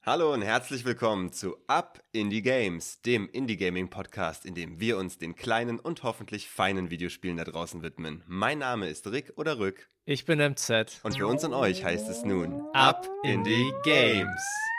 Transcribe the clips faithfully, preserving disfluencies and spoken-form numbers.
Hallo und herzlich willkommen zu Up Indie Games, dem Indie-Gaming-Podcast, in dem wir uns den kleinen und hoffentlich feinen Videospielen da draußen widmen. Mein Name ist Rick oder Rück. Ich bin M Z. Und für uns und euch heißt es nun Up Indie Games.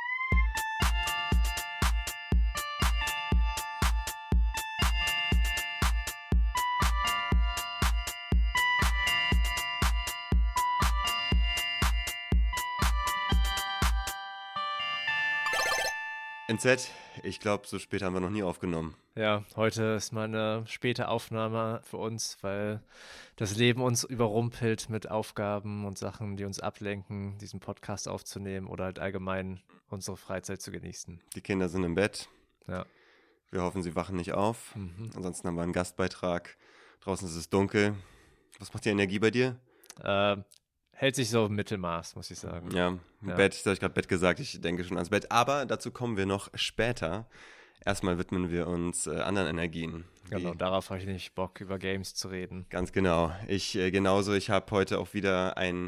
M Z, ich glaube, so spät haben wir noch nie aufgenommen. Ja, heute ist mal eine späte Aufnahme für uns, weil das Leben uns überrumpelt mit Aufgaben und Sachen, die uns ablenken, diesen Podcast aufzunehmen oder halt allgemein unsere Freizeit zu genießen. Die Kinder sind im Bett. Ja. Wir hoffen, sie wachen nicht auf. Mhm. Ansonsten haben wir einen Gastbeitrag. Draußen ist es dunkel. Was macht die Energie bei dir? Äh, hält sich so im Mittelmaß, muss ich sagen. Ja, Ja. Bett, das habe ich gerade Bett gesagt, ich denke schon ans Bett. Aber dazu kommen wir noch später. Erstmal widmen wir uns äh, anderen Energien. Genau, Wie- darauf habe ich nicht Bock, über Games zu reden. Ganz genau. Ich äh, genauso. Ich habe heute auch wieder ein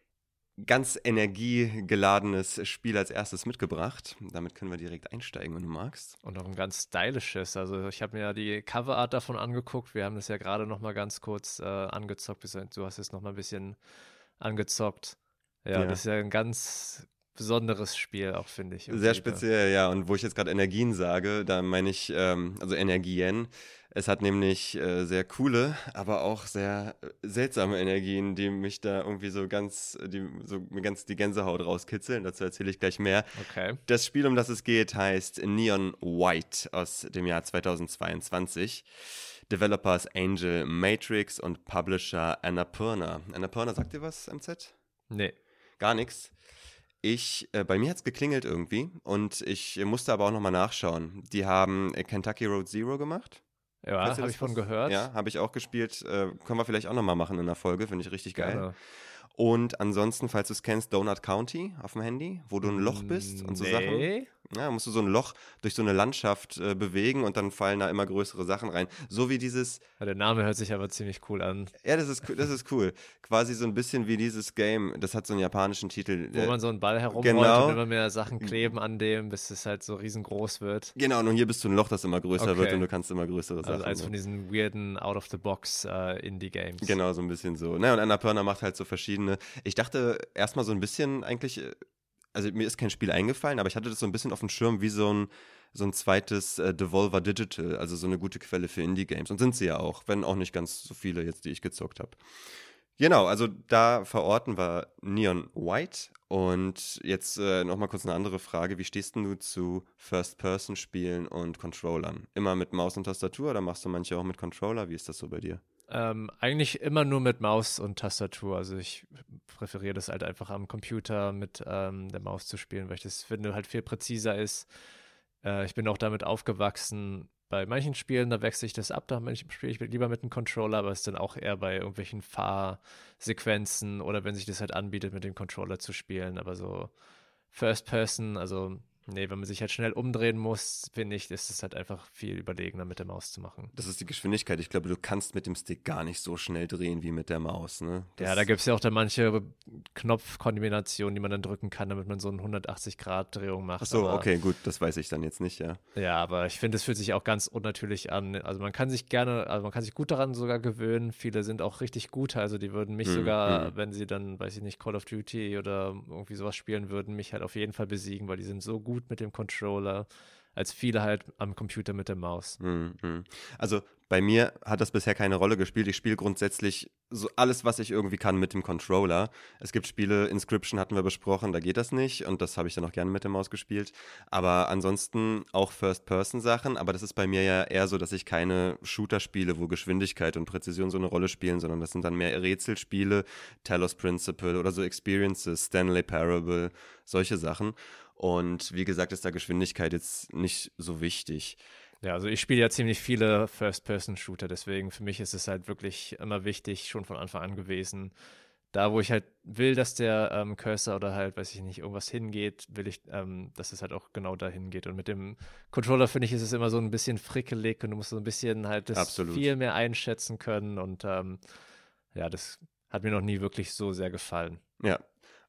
ganz energiegeladenes Spiel als erstes mitgebracht. Damit können wir direkt einsteigen, wenn du magst. Und auch ein ganz stylisches. Also ich habe mir ja die Coverart davon angeguckt. Wir haben das ja gerade noch mal ganz kurz äh, angezockt. Du hast es noch mal ein bisschen angezockt. Ja, Ja. das ist ja ein ganz besonderes Spiel auch, finde ich. Sehr speziell, ja. Und wo ich jetzt gerade Energien sage, da meine ich, ähm, also Energien. Es hat nämlich äh, sehr coole, aber auch sehr äh, seltsame Energien, die mich da irgendwie so ganz, die so mir ganz die Gänsehaut rauskitzeln. Dazu erzähle ich gleich mehr. Okay. Das Spiel, um das es geht, heißt Neon White aus dem Jahr zweitausendzweiundzwanzig. Developers Angel Matrix und Publisher Annapurna. Annapurna, sagt dir was, M Z? Nee. Gar nichts. Ich, äh, bei mir hat es geklingelt irgendwie und ich äh, musste aber auch nochmal nachschauen. Die haben äh, Kentucky Road Zero gemacht. Ja, Kennst du habe das ich von was? gehört. Ja, habe ich auch gespielt. Äh, können wir vielleicht auch nochmal machen in der Folge, finde ich richtig geil. Gerne. Und ansonsten, falls du es kennst, Donut County auf dem Handy, wo du ein Loch bist und so Sachen. Nee. Ja, musst du so ein Loch durch so eine Landschaft äh, bewegen und dann fallen da immer größere Sachen rein. So wie dieses, Ja, der Name hört sich aber ziemlich cool an. ja, das ist, co- das ist cool. Quasi so ein bisschen wie dieses Game, das hat so einen japanischen Titel. Wo äh, man so einen Ball herumrollt genau. und immer mehr Sachen kleben an dem, bis es halt so riesengroß wird. Genau, und hier bist du ein Loch, das immer größer Okay. wird und du kannst immer größere Sachen. Also eins ne? von diesen weirden Out-of-the-Box äh, Indie-Games. Genau, so ein bisschen so. Naja, und Annapurna macht halt so verschiedene. Ich dachte erstmal so ein bisschen eigentlich, äh, also mir ist kein Spiel eingefallen, aber ich hatte das so ein bisschen auf dem Schirm wie so ein, so ein zweites äh, Devolver Digital, also so eine gute Quelle für Indie-Games. Und sind sie ja auch, wenn auch nicht ganz so viele jetzt, die ich gezockt habe. Genau, also da verorten wir Neon White. Und jetzt äh, nochmal kurz eine andere Frage. Wie stehst denn du zu First-Person-Spielen und Controllern? Immer mit Maus und Tastatur oder machst du manche auch mit Controller? Wie ist das so bei dir? Ähm, eigentlich immer nur mit Maus und Tastatur. Also ich präferiere das halt einfach am Computer mit ähm, der Maus zu spielen, weil ich das finde halt viel präziser ist. Äh, ich bin auch damit aufgewachsen. Bei manchen Spielen, da wechsle ich das ab, da spiele ich lieber mit einem Controller, aber es ist dann auch eher bei irgendwelchen Fahrsequenzen oder wenn sich das halt anbietet, mit dem Controller zu spielen. Aber so First Person, also nee, wenn man sich halt schnell umdrehen muss, finde ich, ist es halt einfach viel überlegener mit der Maus zu machen. Das ist die Geschwindigkeit. Ich glaube, du kannst mit dem Stick gar nicht so schnell drehen wie mit der Maus. Ne? Das, Ja, da gibt es ja auch dann manche Knopfkombinationen, die man dann drücken kann, damit man so eine hundertachtzig-Grad-Drehung macht. Ach so, aber, okay, gut, das weiß ich dann jetzt nicht, ja. Ja, aber ich finde, es fühlt sich auch ganz unnatürlich an. Also man kann sich gerne, also man kann sich gut daran sogar gewöhnen. Viele sind auch richtig gut, also die würden mich Hm, sogar, hm. wenn sie dann, weiß ich nicht, Call of Duty oder irgendwie sowas spielen würden, mich halt auf jeden Fall besiegen, weil die sind so gut mit dem Controller, als viele halt am Computer mit der Maus. Hm, hm. Also bei mir hat das bisher keine Rolle gespielt. Ich spiele grundsätzlich so alles, was ich irgendwie kann mit dem Controller. Es gibt Spiele, Inscription hatten wir besprochen, da geht das nicht und das habe ich dann auch gerne mit der Maus gespielt. Aber ansonsten auch First-Person-Sachen, aber das ist bei mir ja eher so, dass ich keine Shooter spiele, wo Geschwindigkeit und Präzision so eine Rolle spielen, sondern das sind dann mehr Rätselspiele, Talos Principle oder so Experiences, Stanley Parable, solche Sachen. Und wie gesagt, ist da Geschwindigkeit jetzt nicht so wichtig. Ja, also ich spiele ja ziemlich viele First-Person-Shooter, deswegen für mich ist es halt wirklich immer wichtig, schon von Anfang an gewesen. Da, wo ich halt will, dass der ähm, Cursor oder halt, weiß ich nicht, irgendwas hingeht, will ich, ähm, dass es halt auch genau dahin geht. Und mit dem Controller, finde ich, ist es immer so ein bisschen frickelig und du musst so ein bisschen halt das Absolut. viel mehr einschätzen können und ähm, ja, das hat mir noch nie wirklich so sehr gefallen. Ja.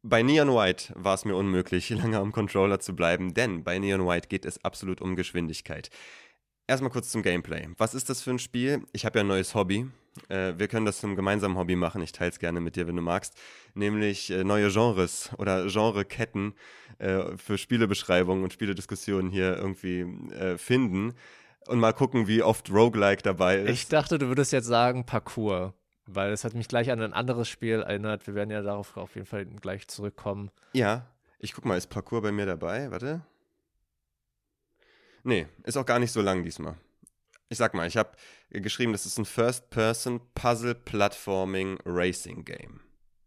Bei Neon White war es mir unmöglich, lange am Controller zu bleiben, denn bei Neon White geht es absolut um Geschwindigkeit. Erstmal kurz zum Gameplay. Was ist das für ein Spiel? Ich habe ja ein neues Hobby. Äh, wir können das zum gemeinsamen Hobby machen. Ich teile es gerne mit dir, wenn du magst. Nämlich äh, neue Genres oder Genreketten äh, für Spielebeschreibungen und Spielediskussionen hier irgendwie äh, finden und mal gucken, wie oft Roguelike dabei ist. Ich dachte, du würdest jetzt sagen Parkour, weil es hat mich gleich an ein anderes Spiel erinnert. Wir werden ja darauf auf jeden Fall gleich zurückkommen. Ja, ich guck mal, ist Parkour bei mir dabei? Warte. Nee, ist auch gar nicht so lang diesmal. Ich sag mal, ich habe geschrieben, das ist ein First-Person-Puzzle-Platforming-Racing-Game.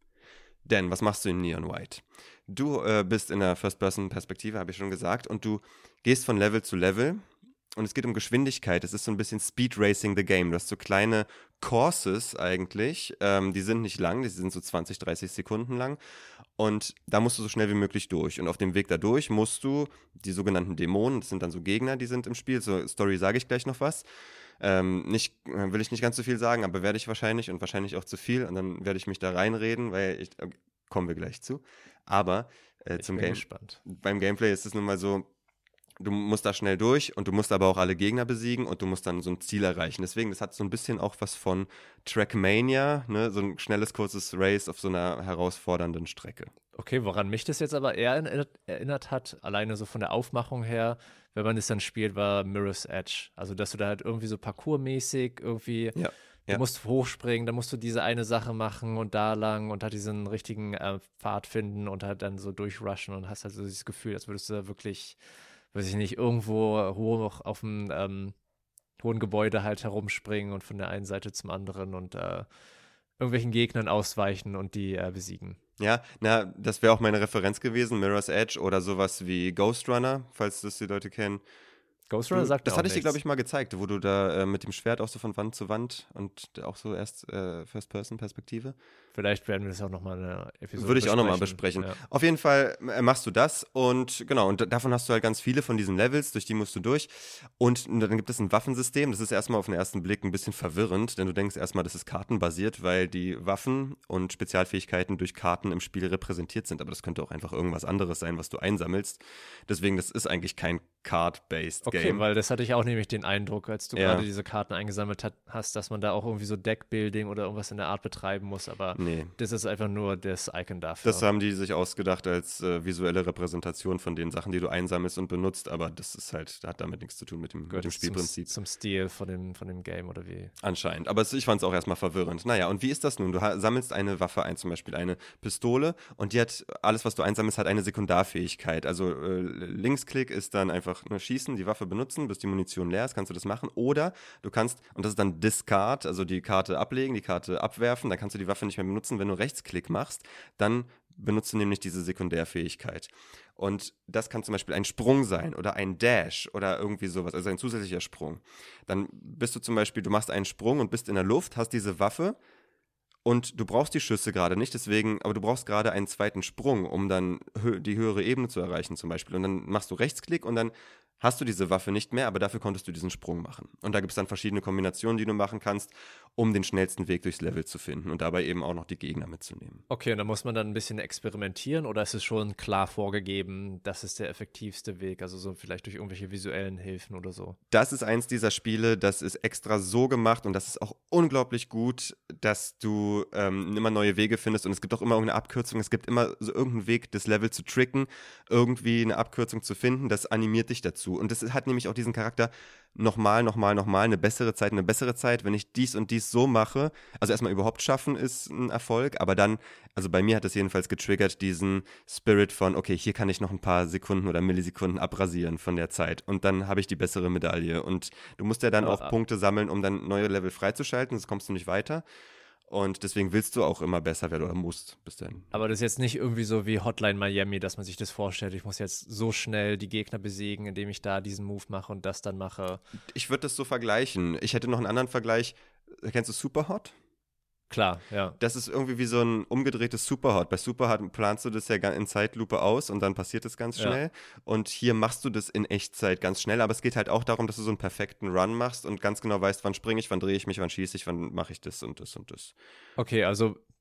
Denn, was machst du in Neon White? Du äh, bist in der First-Person-Perspektive, habe ich schon gesagt, und du gehst von Level zu Level und es geht um Geschwindigkeit. Es ist so ein bisschen Speed Racing the Game. Du hast so kleine Courses eigentlich, ähm, die sind nicht lang, die sind so zwanzig, dreißig Sekunden lang. Und da musst du so schnell wie möglich durch. Und auf dem Weg da durch musst du die sogenannten Dämonen, das sind dann so Gegner, die sind im Spiel. Zur Story sage ich gleich noch was. Ähm, nicht, will ich nicht ganz so viel sagen, aber werde ich wahrscheinlich und wahrscheinlich auch zu viel. Und dann werde ich mich da reinreden, weil ich, äh, kommen wir gleich zu. Aber äh, zum bin Game, gespannt. beim Gameplay ist es nun mal so, du musst da schnell durch und du musst aber auch alle Gegner besiegen und du musst dann so ein Ziel erreichen. Deswegen, das hat so ein bisschen auch was von Trackmania, ne? So ein schnelles, kurzes Race auf so einer herausfordernden Strecke. Okay, woran mich das jetzt aber eher erinnert, erinnert hat, alleine so von der Aufmachung her, wenn man es dann spielt, war Mirror's Edge. Also, dass du da halt irgendwie so parkourmäßig irgendwie, Ja, du ja. musst hochspringen, dann musst du diese eine Sache machen und da lang und halt diesen richtigen äh, Pfad finden und halt dann so durchrushen und hast halt so dieses Gefühl, als würdest du da wirklich, weiß ich nicht, irgendwo hoch auf dem ähm, hohen Gebäude halt herumspringen und von der einen Seite zum anderen und äh, irgendwelchen Gegnern ausweichen und die äh, besiegen. Ja, na, das wäre auch meine Referenz gewesen, Mirror's Edge oder sowas wie Ghost Runner, falls das die Leute kennen. Ghost Runner sagt Das auch hatte ich dir, nichts. glaube ich, mal gezeigt, wo du da äh, mit dem Schwert auch so von Wand zu Wand und auch so erst äh, First-Person-Perspektive. Vielleicht werden wir das auch nochmal in einer Episode Würde ich auch nochmal besprechen. besprechen. Ja. Auf jeden Fall äh, machst du das und genau, und davon hast du halt ganz viele von diesen Levels, durch die musst du durch. Und dann gibt es ein Waffensystem, das ist erstmal auf den ersten Blick ein bisschen verwirrend, denn du denkst erstmal, das ist kartenbasiert, weil die Waffen und Spezialfähigkeiten durch Karten im Spiel repräsentiert sind, aber das könnte auch einfach irgendwas anderes sein, was du einsammelst. Deswegen, das ist eigentlich kein Card-based Okay, Game. weil das hatte ich auch nämlich den Eindruck, als du Ja. gerade diese Karten eingesammelt hat, hast, dass man da auch irgendwie so Deckbuilding oder irgendwas in der Art betreiben muss, aber Nee. das ist einfach nur das Icon dafür. Das haben die sich ausgedacht als äh, visuelle Repräsentation von den Sachen, die du einsammelst und benutzt, aber das ist halt, hat damit nichts zu tun mit dem, mit Gehört dem das Spielprinzip. Zum, zum Stil von dem, von dem Game oder wie? Anscheinend. Aber es, ich fand es auch erstmal verwirrend. Naja, und wie ist das nun? Du ha- sammelst eine Waffe ein, zum Beispiel eine Pistole, und die hat, alles, was du einsammelst, hat eine Sekundarfähigkeit. Also äh, Linksklick ist dann einfach nur schießen, die Waffe benutzen, bis die Munition leer ist, kannst du das machen. Oder du kannst, und das ist dann Discard, also die Karte ablegen, die Karte abwerfen, dann kannst du die Waffe nicht mehr benutzen. Wenn du Rechtsklick machst, dann benutzt du nämlich diese Sekundärfähigkeit. Und das kann zum Beispiel ein Sprung sein oder ein Dash oder irgendwie sowas, also ein zusätzlicher Sprung. Dann bist du zum Beispiel, du machst einen Sprung und bist in der Luft, hast diese Waffe und du brauchst die Schüsse gerade nicht, deswegen, aber du brauchst gerade einen zweiten Sprung, um dann hö- die höhere Ebene zu erreichen zum Beispiel. Und dann machst du Rechtsklick und dann hast du diese Waffe nicht mehr, aber dafür konntest du diesen Sprung machen. Und da gibt es dann verschiedene Kombinationen, die du machen kannst, um den schnellsten Weg durchs Level zu finden und dabei eben auch noch die Gegner mitzunehmen. Okay, und da muss man dann ein bisschen experimentieren oder ist es schon klar vorgegeben, das ist der effektivste Weg, also so vielleicht durch irgendwelche visuellen Hilfen oder so? Das ist eins dieser Spiele, das ist extra so gemacht und das ist auch unglaublich gut, dass du ähm, immer neue Wege findest und es gibt auch immer irgendeine Abkürzung, es gibt immer so irgendeinen Weg, das Level zu tricken, irgendwie eine Abkürzung zu finden, das animiert dich dazu. Und das hat nämlich auch diesen Charakter, nochmal, nochmal, nochmal, eine bessere Zeit, eine bessere Zeit, wenn ich dies und dies so mache. Also erstmal überhaupt schaffen ist ein Erfolg, aber dann, also bei mir hat das jedenfalls getriggert, diesen Spirit von, okay, hier kann ich noch ein paar Sekunden oder Millisekunden abrasieren von der Zeit und dann habe ich die bessere Medaille. Und du musst ja dann Aber- auch Punkte sammeln, um dann neue Level freizuschalten, sonst kommst du nicht weiter. Und deswegen willst du auch immer besser werden oder musst bis dahin. Aber das ist jetzt nicht irgendwie so wie Hotline Miami, dass man sich das vorstellt, ich muss jetzt so schnell die Gegner besiegen, indem ich da diesen Move mache und das dann mache. Ich würde das so vergleichen. Ich hätte noch einen anderen Vergleich. Kennst du Superhot? Klar, ja. Das ist irgendwie wie so ein umgedrehtes Superhot. Bei Superhot planst du das ja ga- in Zeitlupe aus und dann passiert es ganz Ja. schnell. Und hier machst du das in Echtzeit ganz schnell. Aber es geht halt auch darum, dass du so einen perfekten Run machst und ganz genau weißt, wann springe ich, wann drehe ich mich, wann schieße ich, wann mache ich das und das und das. Okay, also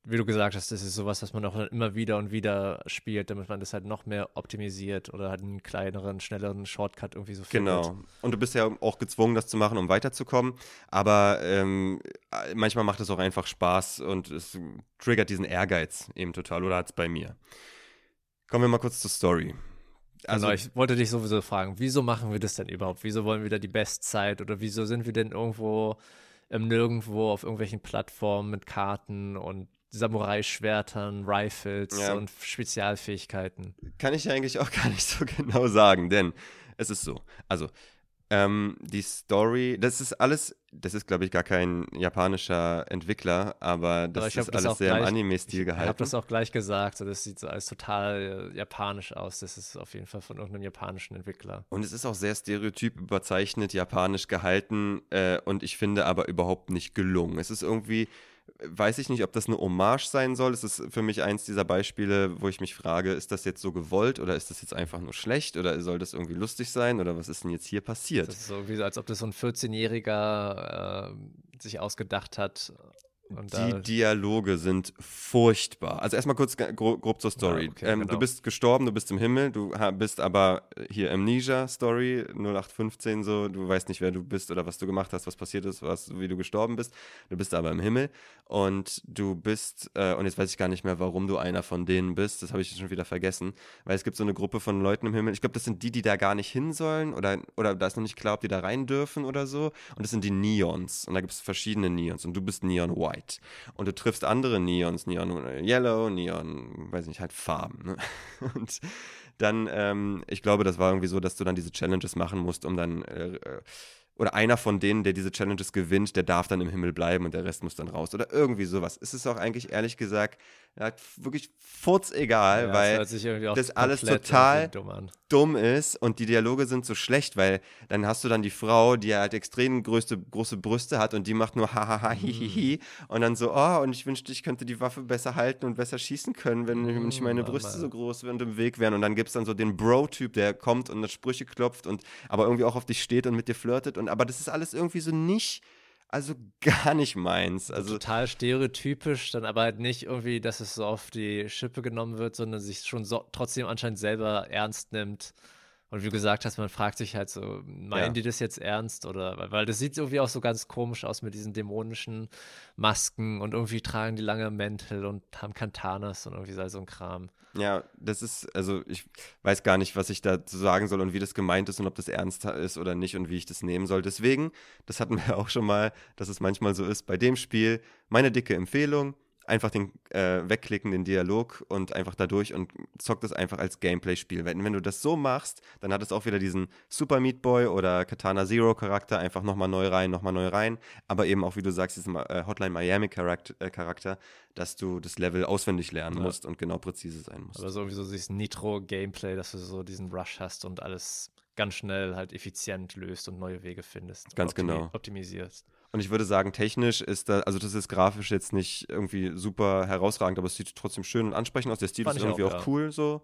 wie du gesagt hast, das ist sowas, was man auch immer wieder und wieder spielt, damit man das halt noch mehr optimisiert oder halt einen kleineren, schnelleren Shortcut irgendwie so findet. Genau. Und du bist ja auch gezwungen, das zu machen, um weiterzukommen. Aber ähm, manchmal macht es auch einfach Spaß und es triggert diesen Ehrgeiz eben total. Oder hat es bei mir. Kommen wir mal kurz zur Story. Also, genau, ich wollte dich sowieso fragen, wieso machen wir das denn überhaupt? Wieso wollen wir da die Bestzeit oder wieso sind wir denn irgendwo im Nirgendwo auf irgendwelchen Plattformen mit Karten und Samurai-Schwertern, Rifles ja, und Spezialfähigkeiten? kann ich ja eigentlich auch gar nicht so genau sagen, denn es ist so. Also, Ähm, die Story, das ist alles, das ist, glaube ich, gar kein japanischer Entwickler, aber Aber das ich habe ist das alles auch sehr im gleich, Anime-Stil ich habe gehalten. das auch gleich gesagt, so, das sieht so alles total äh, japanisch aus. Das ist auf jeden Fall von irgendeinem japanischen Entwickler. Und es ist auch sehr stereotyp überzeichnet, japanisch gehalten äh, und ich finde aber überhaupt nicht gelungen. Es ist irgendwie, weiß ich nicht, ob das eine Hommage sein soll. Es ist für mich eins dieser Beispiele, wo ich mich frage, ist das jetzt so gewollt oder ist das jetzt einfach nur schlecht oder soll das irgendwie lustig sein oder was ist denn jetzt hier passiert? Das ist so irgendwie so, als ob das so ein vierzehn-Jähriger äh, sich ausgedacht hat. Und Die da, Dialoge sind furchtbar. Also erstmal kurz ga- gro grob zur ja, Story. okay, Ähm, du genau. bist gestorben, du bist im Himmel, du ha- bist aber hier Amnesia-Story, null acht fünfzehn so, du weißt nicht, wer du bist oder was du gemacht hast, was passiert ist, was, wie du gestorben bist. Du bist aber im Himmel und du bist, äh, und jetzt weiß ich gar nicht mehr, warum du einer von denen bist, das habe ich schon wieder vergessen, weil es gibt so eine Gruppe von Leuten im Himmel, ich glaube, das sind die, die da gar nicht hin sollen oder, oder da ist noch nicht klar, ob die da rein dürfen oder so und das sind die Neons und da gibt es verschiedene Neons und du bist Neon White. Und du triffst andere Neons, Neon Yellow, Neon, weiß nicht, halt Farben. Ne? Und dann, ähm, ich glaube, das war irgendwie so, dass du dann diese Challenges machen musst, um dann, äh, oder einer von denen, der diese Challenges gewinnt, der darf dann im Himmel bleiben und der Rest muss dann raus. Oder irgendwie sowas. Es ist auch eigentlich, ehrlich gesagt, ja, wirklich furzegal, Ja, es weil hört sich irgendwie auch das alles komplett irgendwie total dumm an. dumm ist und die Dialoge sind so schlecht, weil dann hast du dann die Frau, die halt extrem größte, große Brüste hat und die macht nur hahaha hihihi und dann so, oh, und ich wünschte, ich könnte die Waffe besser halten und besser schießen können, wenn Mm, nicht meine Mama. Brüste so groß und im Weg wären. Und dann gibt es dann so den Bro-Typ, der kommt und Sprüche klopft und aber irgendwie auch auf dich steht und mit dir flirtet. Und aber das ist alles irgendwie so nicht, also gar nicht meins. So Also total stereotypisch, dann aber halt nicht irgendwie, dass es so auf die Schippe genommen wird, sondern sich schon so, trotzdem anscheinend selber ernst nimmt. Und wie du gesagt hast, man fragt sich halt so, meinen ja. die das jetzt ernst? Oder weil, weil das sieht irgendwie auch so ganz komisch aus mit diesen dämonischen Masken und irgendwie tragen die lange Mäntel und haben Katanas und irgendwie so ein Kram. Ja, das ist, also ich weiß gar nicht, was ich dazu sagen soll und wie das gemeint ist und ob das ernst ist oder nicht und wie ich das nehmen soll. Deswegen, das hatten wir auch schon mal, dass es manchmal so ist, bei dem Spiel, meine dicke Empfehlung, einfach den äh, wegklicken, den Dialog und einfach da durch und zockt es einfach als Gameplay-Spiel. Wenn, wenn du das so machst, dann hat es auch wieder diesen Super Meat Boy oder Katana Zero Charakter, einfach nochmal neu rein, nochmal neu rein, aber eben auch, wie du sagst, diesen äh, Hotline Miami Charakter, äh, Charakter, dass du das Level auswendig lernen Ja. musst und genau präzise sein musst. Aber sowieso dieses Nitro-Gameplay, dass du so diesen Rush hast und alles ganz schnell halt effizient löst und neue Wege findest. Ganz optimi genau. Optimisierst. Und ich würde sagen, technisch ist da, also das ist grafisch jetzt nicht irgendwie super herausragend, aber es sieht trotzdem schön und ansprechend aus. Der Stil Fand ist ich irgendwie auch, auch, ja. cool so.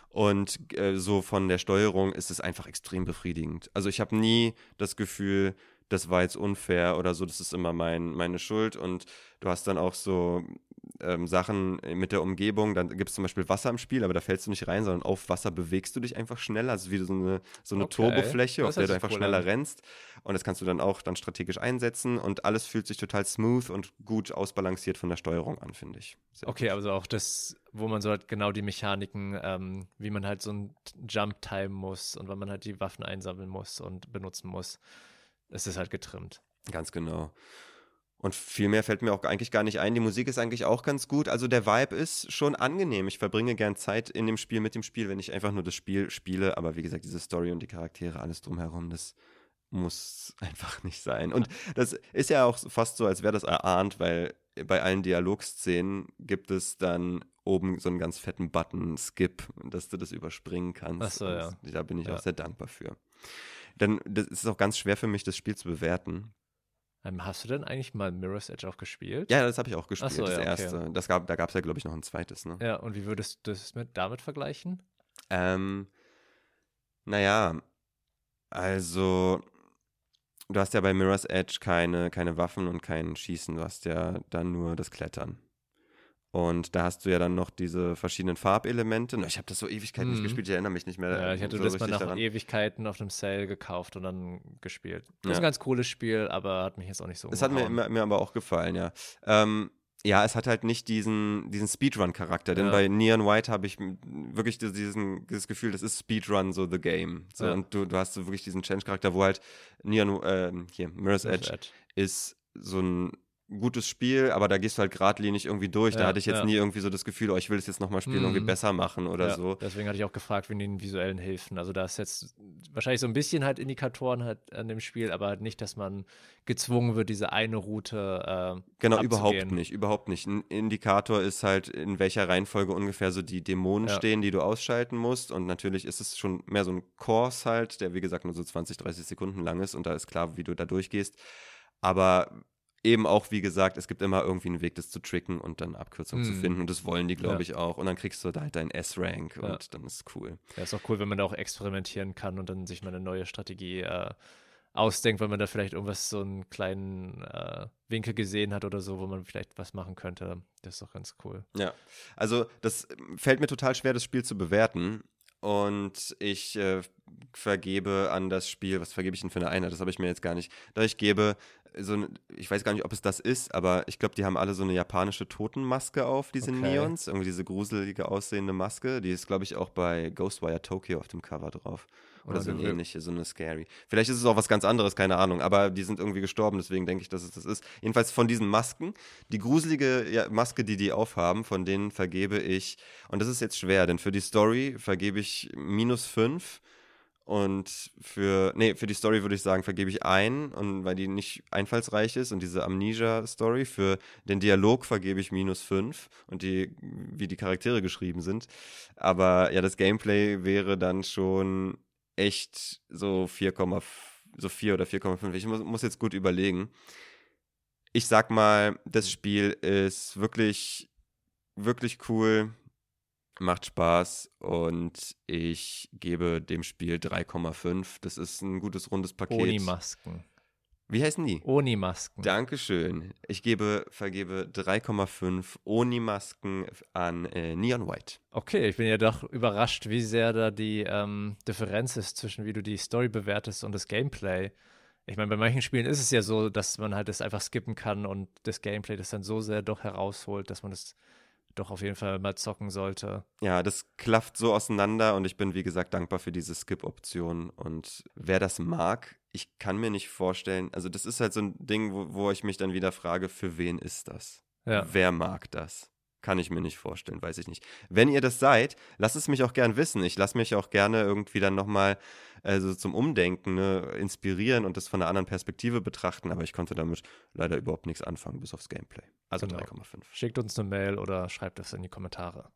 Und äh, so von der Steuerung ist es einfach extrem befriedigend. Also ich habe nie das Gefühl, das war jetzt unfair oder so, das ist immer mein, meine Schuld. Und du hast dann auch so ähm, Sachen mit der Umgebung, dann gibt es zum Beispiel Wasser im Spiel, aber da fällst du nicht rein, sondern auf Wasser bewegst du dich einfach schneller. Also wie so eine, so eine Okay, Turbofläche, das auf der hört du sich einfach cool schneller an. rennst. Und das kannst du dann auch dann strategisch einsetzen und alles fühlt sich total smooth und gut ausbalanciert von der Steuerung an, finde ich. Sehr Okay, gut. also auch das, wo man so halt genau die Mechaniken, ähm, wie man halt so einen Jump timen muss und wann man halt die Waffen einsammeln muss und benutzen muss, es ist halt getrimmt. Ganz genau. Und viel mehr fällt mir auch eigentlich gar nicht ein. Die Musik ist eigentlich auch ganz gut. Also der Vibe ist schon angenehm. Ich verbringe gern Zeit in dem Spiel, mit dem Spiel, wenn ich einfach nur das Spiel spiele. Aber wie gesagt, diese Story und die Charaktere, alles drumherum, das muss einfach nicht sein. Und das ist ja auch fast so, als wäre das erahnt, weil bei allen Dialogszenen gibt es dann oben so einen ganz fetten Button Skip, dass du das überspringen kannst. Ach so, Und ja. da bin ich Ja. auch sehr dankbar für. Dann das ist auch ganz schwer für mich, das Spiel zu bewerten. Ähm, hast du denn eigentlich mal Mirror's Edge auch gespielt? Ja, das habe ich auch gespielt, Ach so, das ja, okay. erste. Das gab, da gab es ja, glaube ich, noch ein zweites, ne? Ja, und wie würdest du das mit, damit vergleichen? Ähm, naja, also du hast ja bei Mirror's Edge keine, keine Waffen und kein Schießen, du hast ja dann nur das Klettern. Und da hast du ja dann noch diese verschiedenen Farbelemente. Ich habe das so Ewigkeiten nicht Mhm. gespielt, ich erinnere mich nicht mehr Ja, ich hatte so das mal richtig nach daran. Ewigkeiten auf einem Sale gekauft und dann gespielt. Das ist Ja. ein ganz cooles Spiel, aber hat mich jetzt auch nicht so Es hat mir, umgehauen. mir, mir aber auch gefallen, ja. Ähm, ja, es hat halt nicht diesen, diesen Speedrun-Charakter, denn Ja. bei Neon White habe ich m- wirklich diesen, dieses Gefühl, das ist Speedrun, so the game. So, Ja. und du, du hast so wirklich diesen Change-Charakter, wo halt Neon, äh, hier, Mirror's Mirror's Edge Edge. ist so ein gutes Spiel, aber da gehst du halt geradlinig irgendwie durch. Da Ja, hatte ich jetzt ja. nie irgendwie so das Gefühl, oh, ich will es jetzt nochmal spielen, irgendwie Mhm. besser machen oder Ja, so. deswegen hatte ich auch gefragt wegen den visuellen Hilfen. Also da ist jetzt wahrscheinlich so ein bisschen halt Indikatoren halt an dem Spiel, aber halt nicht, dass man gezwungen wird, diese eine Route äh, Genau, abzugehen. überhaupt nicht, überhaupt nicht. Ein Indikator ist halt, in welcher Reihenfolge ungefähr so die Dämonen Ja. stehen, die du ausschalten musst. Und natürlich ist es schon mehr so ein Course halt, der wie gesagt nur so zwanzig, dreißig Sekunden lang ist und da ist klar, wie du da durchgehst. Aber eben auch, wie gesagt, es gibt immer irgendwie einen Weg, das zu tricken und dann Abkürzungen zu Mhm. finden. Und das wollen die, glaube Ja. ich, auch. Und dann kriegst du da halt deinen S-Rank Ja. und dann ist es cool. Ja, ist auch cool, wenn man da auch experimentieren kann und dann sich mal eine neue Strategie äh, ausdenkt, weil man da vielleicht irgendwas, so einen kleinen äh, Winkel gesehen hat oder so, wo man vielleicht was machen könnte. Das ist doch ganz cool. Ja, also das fällt mir total schwer, das Spiel zu bewerten. Und ich äh, vergebe an das Spiel, was vergebe ich denn für eine Einheit? Das habe ich mir jetzt gar nicht. Doch ich gebe so, eine, ich weiß gar nicht, ob es das ist, aber ich glaube, die haben alle so eine japanische Totenmaske auf, diese Okay. Neons. Irgendwie diese gruselige aussehende Maske. Die ist, glaube ich, auch bei Ghostwire Tokyo auf dem Cover drauf. Oder Oh, so eine du will- ähnliche, so eine Scary. Vielleicht ist es auch was ganz anderes, keine Ahnung. Aber die sind irgendwie gestorben, deswegen denke ich, dass es das ist. Jedenfalls von diesen Masken. Die gruselige ja, Maske, die die aufhaben, von denen vergebe ich, und das ist jetzt schwer, denn für die Story vergebe ich minus fünf. Und für, nee, für die Story würde ich sagen, vergebe ich ein, und weil die nicht einfallsreich ist und diese Amnesia-Story. Für den Dialog vergebe ich minus fünf und die, wie die Charaktere geschrieben sind. Aber ja, das Gameplay wäre dann schon echt so vier, so vier oder vier Komma fünf. Ich muss, muss jetzt gut überlegen. Ich sag mal, das Spiel ist wirklich, wirklich cool. Macht Spaß und ich gebe dem Spiel drei Komma fünf. Das ist ein gutes, rundes Paket. Oni-Masken. Wie heißen die? Oni-Masken. Dankeschön. Ich gebe, vergebe drei Komma fünf Oni-Masken an äh, Neon White. Okay, ich bin ja doch überrascht, wie sehr da die ähm, Differenz ist zwischen wie du die Story bewertest und das Gameplay. Ich meine, bei manchen Spielen ist es ja so, dass man halt das einfach skippen kann und das Gameplay das dann so sehr doch herausholt, dass man das doch auf jeden Fall mal zocken sollte. Ja, das klafft so auseinander und ich bin, wie gesagt, dankbar für diese Skip-Option. Und wer das mag, ich kann mir nicht vorstellen, also das ist halt so ein Ding, wo, wo ich mich dann wieder frage, für wen ist das? Ja. Wer mag das? Kann ich mir nicht vorstellen, weiß ich nicht. Wenn ihr das seid, lasst es mich auch gern wissen. Ich lasse mich auch gerne irgendwie dann nochmal also zum Umdenken ne, inspirieren und das von einer anderen Perspektive betrachten, aber ich konnte damit leider überhaupt nichts anfangen, bis aufs Gameplay. Also Genau. drei Komma fünf. Schickt uns eine Mail oder schreibt das in die Kommentare.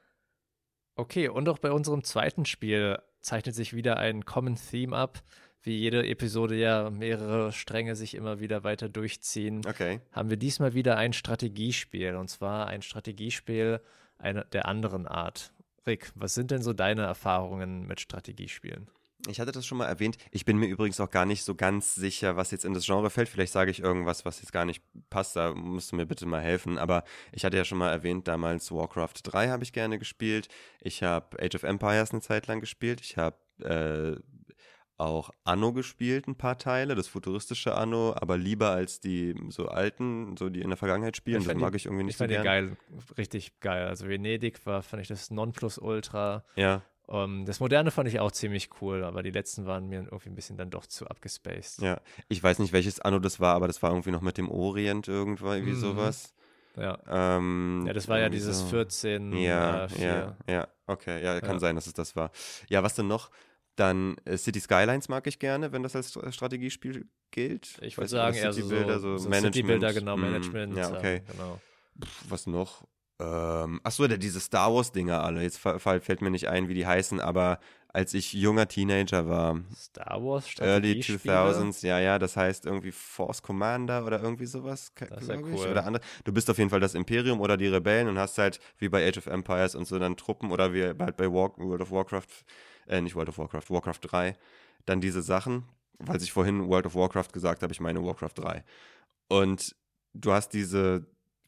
Okay, und auch bei unserem zweiten Spiel zeichnet sich wieder ein Common Theme ab. Wie jede Episode ja mehrere Stränge sich immer wieder weiter durchziehen, Okay. haben wir diesmal wieder ein Strategiespiel. Und zwar ein Strategiespiel einer der anderen Art. Rick, was sind denn so deine Erfahrungen mit Strategiespielen? Ich hatte das schon mal erwähnt. Ich bin mir übrigens auch gar nicht so ganz sicher, was jetzt in das Genre fällt. Vielleicht sage ich irgendwas, was jetzt gar nicht passt. Da musst du mir bitte mal helfen. Aber ich hatte ja schon mal erwähnt, damals Warcraft drei habe ich gerne gespielt. Ich habe Age of Empires eine Zeit lang gespielt. Ich habe äh, auch Anno gespielt, ein paar Teile, das futuristische Anno, aber lieber als die so alten, so die in der Vergangenheit spielen. Ich Das fand mag die- ich irgendwie nicht Ich so fand die gern. geil, richtig geil. Also Venedig war, fand ich das Nonplusultra. Ja, Um, das Moderne fand ich auch ziemlich cool, aber die letzten waren mir irgendwie ein bisschen dann doch zu abgespaced. ja. Ich weiß nicht, welches Anno das war, aber das war irgendwie noch mit dem Orient irgendwo, wie Mhm. sowas. Ja. Ähm, Ja, das war ja irgendwie dieses so. vierzehn, Ja, äh, vier. ja, ja, okay, ja, kann Ja. sein, dass es das war. Ja, was denn noch? Dann äh, City Skylines mag ich gerne, wenn das als St- Strategiespiel gilt. Ich würde Weiß nicht, sagen, oder eher so, Citybuilder, so, so so Management. Citybuilder, genau, mm, Management. Ja, okay. äh, genau. Pff, was noch? Ähm, achso, der, diese Star Wars-Dinger alle. Jetzt fa- fa- fällt mir nicht ein, wie die heißen, aber als ich junger Teenager war, Star Wars Early Strategiespiele. zweitausends, ja, ja, das heißt irgendwie Force Commander oder irgendwie sowas, Das ist ja glaube ich. cool. Oder andere. Du bist auf jeden Fall das Imperium oder die Rebellen und hast halt wie bei Age of Empires und so dann Truppen oder wie halt bei War World of Warcraft, äh, nicht World of Warcraft, Warcraft drei, dann diese Sachen, weil ich vorhin World of Warcraft gesagt habe, ich meine Warcraft drei. Und du hast diese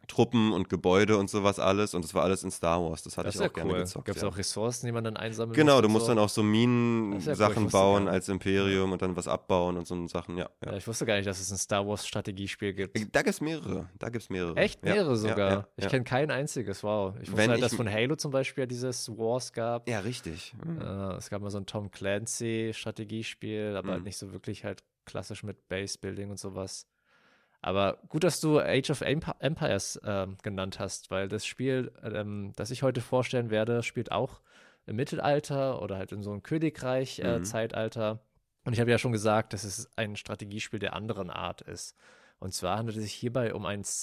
Truppen und Gebäude und sowas alles und das war alles in Star Wars. Das hatte Das ich ist auch ja gerne cool. gezockt. Gibt es Ja. auch Ressourcen, die man dann einsammeln muss? Genau, du und musst so? dann auch so Das ist ja cool, ich Minen-Sachen wusste gar bauen nicht. als Imperium und dann was abbauen und so Sachen, ja. Ja, ja. ich wusste gar nicht, dass es ein Star Wars Strategiespiel gibt. Da gibt es mehrere, da gibt es mehrere. Echt Ja, mehrere ja, sogar. ja, Ich ja. kenne kein einziges, wow. Ich wusste Wenn halt, ich, dass von Halo zum Beispiel ja dieses Wars gab. ja, richtig. Mhm. Äh, es gab mal so ein Tom Clancy-Strategiespiel, aber halt Mhm. nicht so wirklich halt klassisch mit Base-Building und sowas. Aber gut, dass du Age of Emp- Empires ähm, genannt hast, weil das Spiel, ähm, das ich heute vorstellen werde, spielt auch im Mittelalter oder halt in so einem Mhm. Königreich-Zeitalter. Und ich habe ja schon gesagt, dass es ein Strategiespiel der anderen Art ist. Und zwar handelt es sich hierbei um ein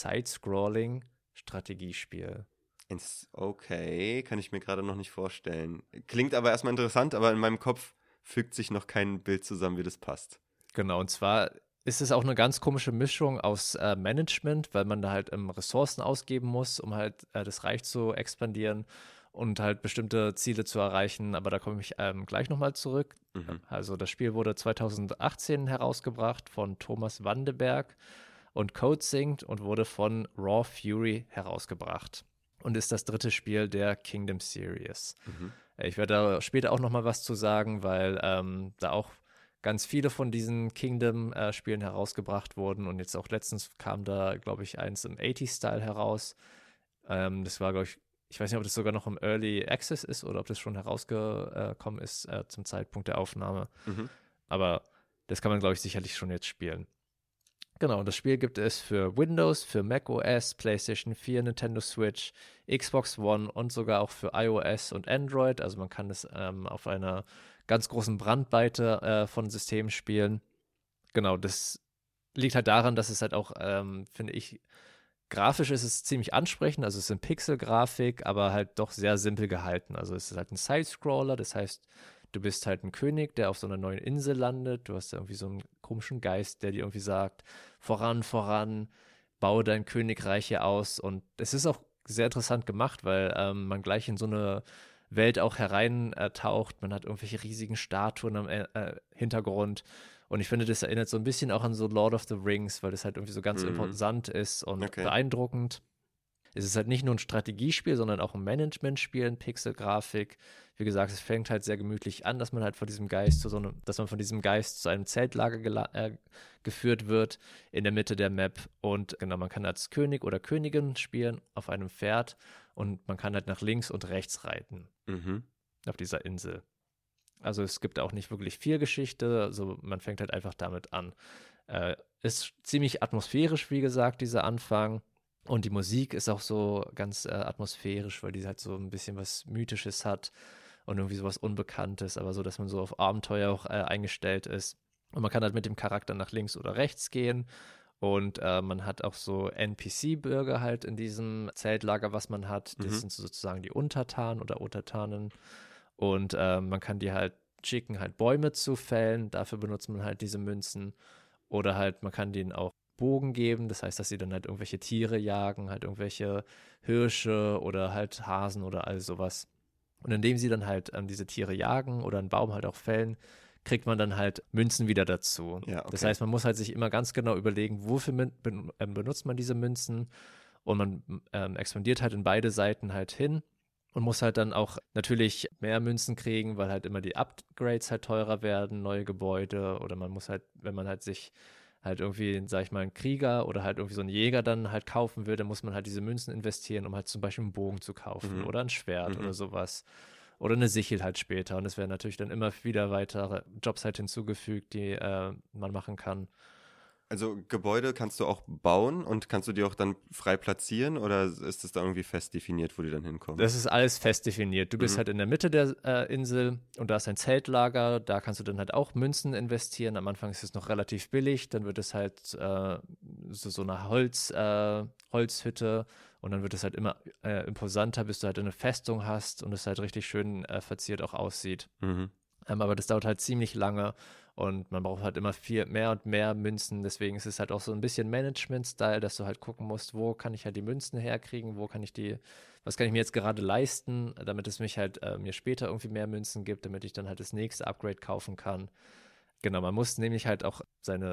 Side-Scrolling-Strategiespiel. Ins- Okay, kann ich mir gerade noch nicht vorstellen. Klingt aber erstmal interessant, aber in meinem Kopf fügt sich noch kein Bild zusammen, wie das passt. Genau, und zwar ist es auch eine ganz komische Mischung aus äh, Management, weil man da halt ähm, Ressourcen ausgeben muss, um halt äh, das Reich zu expandieren und halt bestimmte Ziele zu erreichen. Aber da komme ich ähm, gleich nochmal zurück. Mhm. Also das Spiel wurde zweitausendachtzehn herausgebracht von Thomas Wandeberg und CodeSync und wurde von Raw Fury herausgebracht und ist das dritte Spiel der Kingdom Series. Mhm. Ich werde da später auch nochmal was zu sagen, weil ähm, da auch ganz viele von diesen Kingdom-Spielen äh, herausgebracht wurden und jetzt auch letztens kam da, glaube ich, eins im achtziger-Style heraus. Ähm, das war, glaube ich, ich weiß nicht, ob das sogar noch im Early Access ist oder ob das schon herausgekommen ist äh, zum Zeitpunkt der Aufnahme. Mhm. Aber das kann man, glaube ich, sicherlich schon jetzt spielen. Genau, das Spiel gibt es für Windows, für macOS, PlayStation vier, Nintendo Switch, Xbox One und sogar auch für iOS und Android. Also man kann es ähm, auf einer ganz großen Brandweite äh, von Systemen spielen. Genau, das liegt halt daran, dass es halt auch, ähm, finde ich, grafisch ist es ziemlich ansprechend. Also es ist in Pixel-Grafik, aber halt doch sehr simpel gehalten. Also es ist halt ein Side-Scroller, das heißt, du bist halt ein König, der auf so einer neuen Insel landet. Du hast irgendwie so einen komischen Geist, der dir irgendwie sagt, voran, voran, baue dein Königreich hier aus. Und es ist auch sehr interessant gemacht, weil ähm, man gleich in so eine Welt auch hereintaucht. Man hat irgendwelche riesigen Statuen am äh, Hintergrund. Und ich finde, das erinnert so ein bisschen auch an so Lord of the Rings, weil das halt irgendwie so ganz Mhm. imposant ist und Okay. beeindruckend. Es ist halt nicht nur ein Strategiespiel, sondern auch ein Managementspiel in Pixelgrafik. Wie gesagt, es fängt halt sehr gemütlich an, dass man halt von diesem Geist zu so einem, dass man von diesem Geist zu einem Zeltlager gela- äh, geführt wird in der Mitte der Map. Und genau, man kann als König oder Königin spielen auf einem Pferd und man kann halt nach links und rechts reiten Mhm. auf dieser Insel. Also es gibt auch nicht wirklich viel Geschichte, also man fängt halt einfach damit an. Äh, ist ziemlich atmosphärisch, wie gesagt, dieser Anfang. Und die Musik ist auch so ganz äh, atmosphärisch, weil die halt so ein bisschen was Mythisches hat und irgendwie sowas Unbekanntes, aber so, dass man so auf Abenteuer auch äh, eingestellt ist. Und man kann halt mit dem Charakter nach links oder rechts gehen. Und äh, man hat auch so N P C-Bürger halt in diesem Zeltlager, was man hat. Das Mhm. sind sozusagen die Untertanen oder Untertanen. Und äh, man kann die halt schicken, halt Bäume zu fällen. Dafür benutzt man halt diese Münzen. Oder halt, man kann denen auch Bogen geben. Das heißt, dass sie dann halt irgendwelche Tiere jagen, halt irgendwelche Hirsche oder halt Hasen oder all sowas. Und indem sie dann halt ähm, diese Tiere jagen oder einen Baum halt auch fällen, kriegt man dann halt Münzen wieder dazu. Ja, okay. Das heißt, man muss halt sich immer ganz genau überlegen, wofür min- ben- ähm, benutzt man diese Münzen. Und man ähm, expandiert halt in beide Seiten halt hin und muss halt dann auch natürlich mehr Münzen kriegen, weil halt immer die Upgrades halt teurer werden, neue Gebäude oder man muss halt, wenn man halt sich halt irgendwie, sag ich mal, einen Krieger oder halt irgendwie so einen Jäger dann halt kaufen will, dann muss man halt diese Münzen investieren, um halt zum Beispiel einen Bogen zu kaufen Mhm. oder ein Schwert Mhm. oder sowas. Oder eine Sichel halt später. Und es werden natürlich dann immer wieder weitere Jobs halt hinzugefügt, die äh, man machen kann. Also Gebäude kannst du auch bauen und kannst du die auch dann frei platzieren oder ist es da irgendwie fest definiert, wo die dann hinkommen? Das ist alles fest definiert. Du bist Mhm. halt in der Mitte der äh, Insel und da ist ein Zeltlager. Da kannst du dann halt auch Münzen investieren. Am Anfang ist es noch relativ billig. Dann wird es halt äh, so, so eine Holz, äh, Holzhütte und dann wird es halt immer äh, imposanter, bis du halt eine Festung hast und es halt richtig schön äh, verziert auch aussieht. Mhm. Ähm, aber das dauert halt ziemlich lange und man braucht halt immer viel mehr und mehr Münzen. Deswegen ist es halt auch so ein bisschen Management-Style, dass du halt gucken musst, wo kann ich halt die Münzen herkriegen, wo kann ich die, was kann ich mir jetzt gerade leisten, damit es mich halt äh, mir später irgendwie mehr Münzen gibt, damit ich dann halt das nächste Upgrade kaufen kann. Genau, man muss nämlich halt auch seine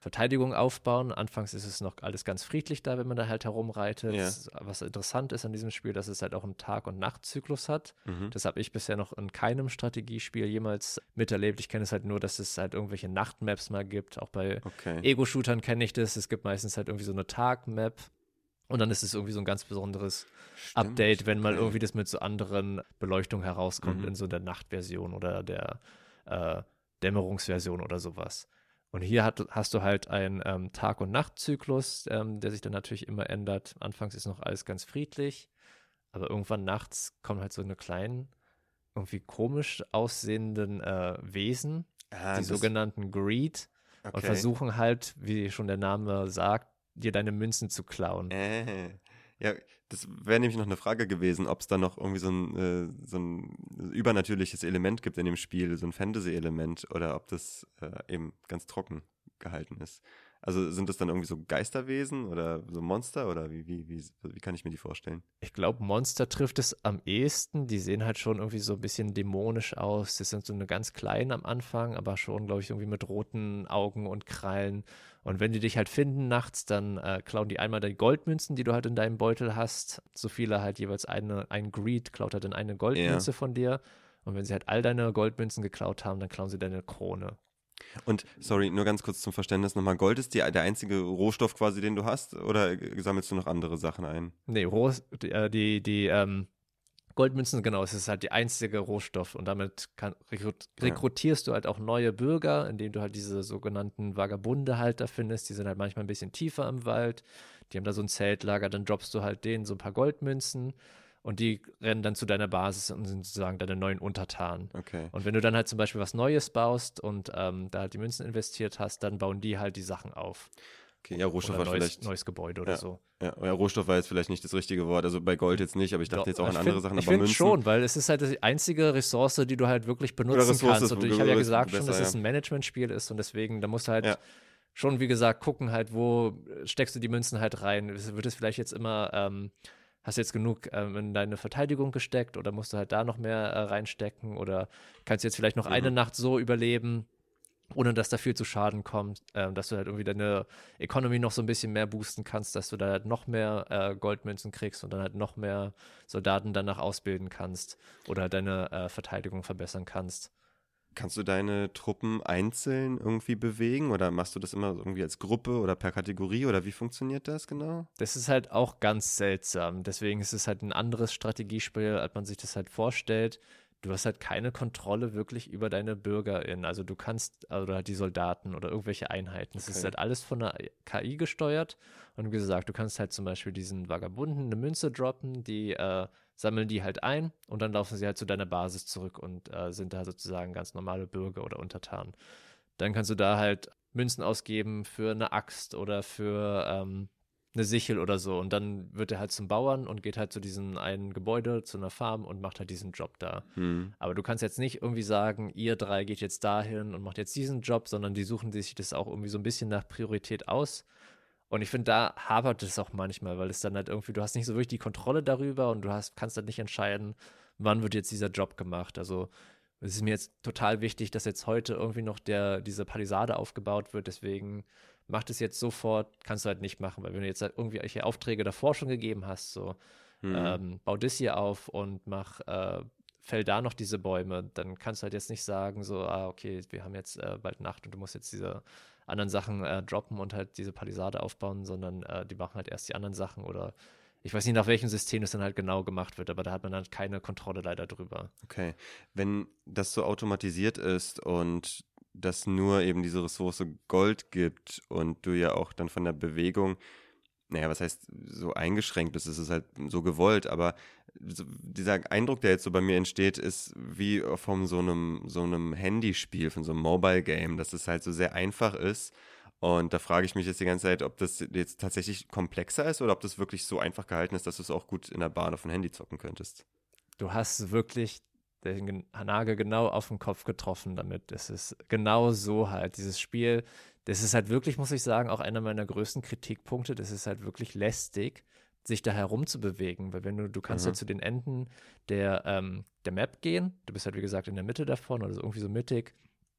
Verteidigung aufbauen. Anfangs ist es noch alles ganz friedlich da, wenn man da halt herumreitet. Ja. Das, was interessant ist an diesem Spiel, dass es halt auch einen Tag- und Nachtzyklus hat. Mhm. Das habe ich bisher noch in keinem Strategiespiel jemals miterlebt. Ich kenne es halt nur, dass es halt irgendwelche Nachtmaps mal gibt. Auch bei Okay. Ego-Shootern kenne ich das. Es gibt meistens halt irgendwie so eine Tag-Map. Und dann ist es irgendwie so ein ganz besonderes Stimmt, Update, wenn mal okay. irgendwie das mit so anderen Beleuchtungen herauskommt, Mhm. in so der Nachtversion oder der äh, Dämmerungsversion oder sowas. Und hier hat, hast du halt einen ähm, Tag- und Nachtzyklus, ähm, der sich dann natürlich immer ändert. Anfangs ist noch alles ganz friedlich, aber irgendwann nachts kommen halt so eine kleinen, irgendwie komisch aussehenden äh, Wesen, Ah, die das, sogenannten Greed, und okay. versuchen halt, wie schon der Name sagt, dir deine Münzen zu klauen. Äh, ja, das wäre nämlich noch eine Frage gewesen, ob es da noch irgendwie so ein, äh, so ein übernatürliches Element gibt in dem Spiel, so ein Fantasy-Element, oder ob das äh, eben ganz trocken gehalten ist. Also sind das dann irgendwie so Geisterwesen oder so Monster oder wie, wie, wie, wie kann ich mir die vorstellen? Ich glaube, Monster trifft es am ehesten. Die sehen halt schon irgendwie so ein bisschen dämonisch aus. Das sind so eine ganz kleinen am Anfang, aber schon, glaube ich, irgendwie mit roten Augen und Krallen. Und wenn die dich halt finden nachts, dann äh, klauen die einmal die Goldmünzen, die du halt in deinem Beutel hast. So viele halt jeweils eine, ein Greed, klaut halt dann eine Goldmünze von dir. Und wenn sie halt all deine Goldmünzen geklaut haben, dann klauen sie deine Krone. Und, sorry, nur ganz kurz zum Verständnis nochmal, Gold ist die, der einzige Rohstoff quasi, den du hast, oder sammelst du noch andere Sachen ein? Nee, Roh, die, äh, die, die ähm, Goldmünzen, genau, es ist halt die einzige Rohstoff und damit kann, rekrut, Ja. rekrutierst du halt auch neue Bürger, indem du halt diese sogenannten Vagabunde halt da findest, die sind halt manchmal ein bisschen tiefer im Wald, die haben da so ein Zeltlager, dann droppst du halt denen so ein paar Goldmünzen und die rennen dann zu deiner Basis und sind sozusagen deine neuen Untertanen. Okay. Und wenn du dann halt zum Beispiel was Neues baust und ähm, da halt die Münzen investiert hast, dann bauen die halt die Sachen auf. Okay, ja, Rohstoff Oder war neues, vielleicht. neues Gebäude oder Ja. so. Ja, ja, Rohstoff war jetzt vielleicht nicht das richtige Wort. Also bei Gold jetzt nicht, aber ich dachte Doch, jetzt auch an ich andere find, Sachen. Ich Aber finde Münzen. schon, weil es ist halt die einzige Ressource, die du halt wirklich benutzen Ressource kannst. ist Und ich habe ja besser, gesagt schon, dass ja. es ein Managementspiel ist und deswegen, da musst du halt Ja. schon, wie gesagt, gucken halt, wo steckst du die Münzen halt rein. Wird es vielleicht jetzt immer, ähm, hast du jetzt genug ähm, in deine Verteidigung gesteckt oder musst du halt da noch mehr äh, reinstecken oder kannst du jetzt vielleicht noch Mhm. eine Nacht so überleben, ohne dass da viel zu Schaden kommt, äh, dass du halt irgendwie deine Economy noch so ein bisschen mehr boosten kannst, dass du da halt noch mehr äh, Goldmünzen kriegst und dann halt noch mehr Soldaten danach ausbilden kannst oder halt deine äh, Verteidigung verbessern kannst. Kannst du deine Truppen einzeln irgendwie bewegen oder machst du das immer irgendwie als Gruppe oder per Kategorie oder wie funktioniert das genau? Das ist halt auch ganz seltsam. Deswegen ist es halt ein anderes Strategiespiel, als man sich das halt vorstellt. Du hast halt keine Kontrolle wirklich über deine BürgerInnen. Also du kannst, oder halt die Soldaten oder irgendwelche Einheiten. Es Okay. ist halt alles von der K I gesteuert. Und wie gesagt, du kannst halt zum Beispiel diesen Vagabunden eine Münze droppen, die äh, sammeln die halt ein und dann laufen sie halt zu deiner Basis zurück und äh, sind da sozusagen ganz normale Bürger oder Untertanen. Dann kannst du da halt Münzen ausgeben für eine Axt oder für ähm, eine Sichel oder so. Und dann wird er halt zum Bauern und geht halt zu diesem einen Gebäude, zu einer Farm und macht halt diesen Job da. Hm. Aber du kannst jetzt nicht irgendwie sagen, ihr drei geht jetzt dahin und macht jetzt diesen Job, sondern die suchen sich das auch irgendwie so ein bisschen nach Priorität aus. Und ich finde, da hapert es auch manchmal, weil es dann halt irgendwie, du hast nicht so wirklich die Kontrolle darüber und du hast, kannst halt nicht entscheiden, wann wird jetzt dieser Job gemacht. Also es ist mir jetzt total wichtig, dass jetzt heute irgendwie noch der, diese Palisade aufgebaut wird, deswegen mach das jetzt sofort, kannst du halt nicht machen, weil wenn du jetzt halt irgendwie welche Aufträge davor schon gegeben hast, so Hm. ähm, bau das hier auf und mach, äh, fäll da noch diese Bäume, dann kannst du halt jetzt nicht sagen, so, ah, okay, wir haben jetzt äh, bald Nacht und du musst jetzt diese anderen Sachen äh, droppen und halt diese Palisade aufbauen, sondern äh, die machen halt erst die anderen Sachen oder ich weiß nicht, nach welchem System das dann halt genau gemacht wird, aber da hat man dann keine Kontrolle leider drüber. Okay. Wenn das so automatisiert ist und das nur eben diese Ressource Gold gibt und du ja auch dann von der Bewegung, naja, was heißt so eingeschränkt bist, es ist halt so gewollt, aber so, dieser Eindruck, der jetzt so bei mir entsteht, ist wie von so einem, so einem Handyspiel, von so einem Mobile Game, dass es halt so sehr einfach ist. Und da frage ich mich jetzt die ganze Zeit, ob das jetzt tatsächlich komplexer ist oder ob das wirklich so einfach gehalten ist, dass du es auch gut in der Bahn auf dem Handy zocken könntest. Du hast wirklich den Nagel genau auf den Kopf getroffen damit. Es ist genau so halt, dieses Spiel, das ist halt wirklich, muss ich sagen, auch einer meiner größten Kritikpunkte. Das ist halt wirklich lästig, sich da herumzubewegen, weil wenn du, du kannst Mhm. ja zu den Enden der, ähm, der Map gehen, du bist halt wie gesagt in der Mitte davon oder so irgendwie so mittig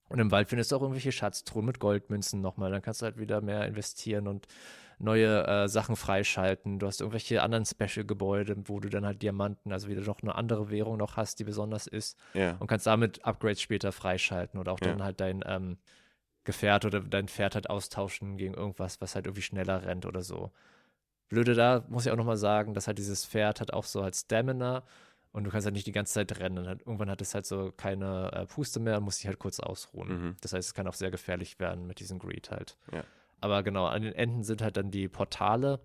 Und im Wald findest du auch irgendwelche Schatztruhen mit Goldmünzen nochmal. Dann kannst du halt wieder mehr investieren und neue äh, Sachen freischalten. Du hast irgendwelche anderen Special-Gebäude, wo du dann halt Diamanten, also wieder noch eine andere Währung noch hast, die besonders ist. Ja. Und kannst damit Upgrades später freischalten oder auch Ja. dann halt dein ähm, Gefährt oder dein Pferd halt austauschen gegen irgendwas, was halt irgendwie schneller rennt oder so. Blöde da, muss ich auch nochmal sagen, dass halt dieses Pferd hat auch so halt Stamina und du kannst halt nicht die ganze Zeit rennen. Und halt, irgendwann hat es halt so keine äh, Puste mehr und muss sich halt kurz ausruhen. Mhm. Das heißt, es kann auch sehr gefährlich werden mit diesem Greed halt. Ja. Aber genau, an den Enden sind halt dann die Portale,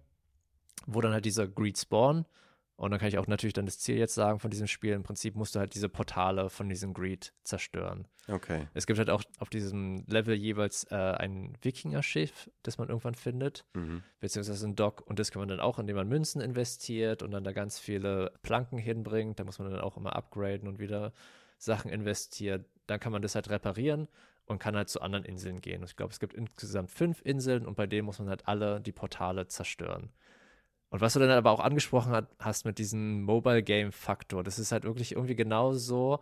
wo dann halt dieser Greed spawn. Und dann kann ich auch natürlich dann das Ziel jetzt sagen von diesem Spiel. Im Prinzip musst du halt diese Portale von diesem Greed zerstören. Okay. Es gibt halt auch auf diesem Level jeweils äh, ein Wikinger-Schiff, das man irgendwann findet, Mhm. beziehungsweise ein Dock. Und das kann man dann auch, indem man Münzen investiert und dann da ganz viele Planken hinbringt. Da muss man dann auch immer upgraden und wieder Sachen investieren. Dann kann man das halt reparieren und kann halt zu anderen Inseln gehen. Und ich glaube, es gibt insgesamt fünf Inseln und bei denen muss man halt alle die Portale zerstören. Und was du dann aber auch angesprochen hat, hast mit diesem Mobile-Game-Faktor, das ist halt wirklich irgendwie genauso,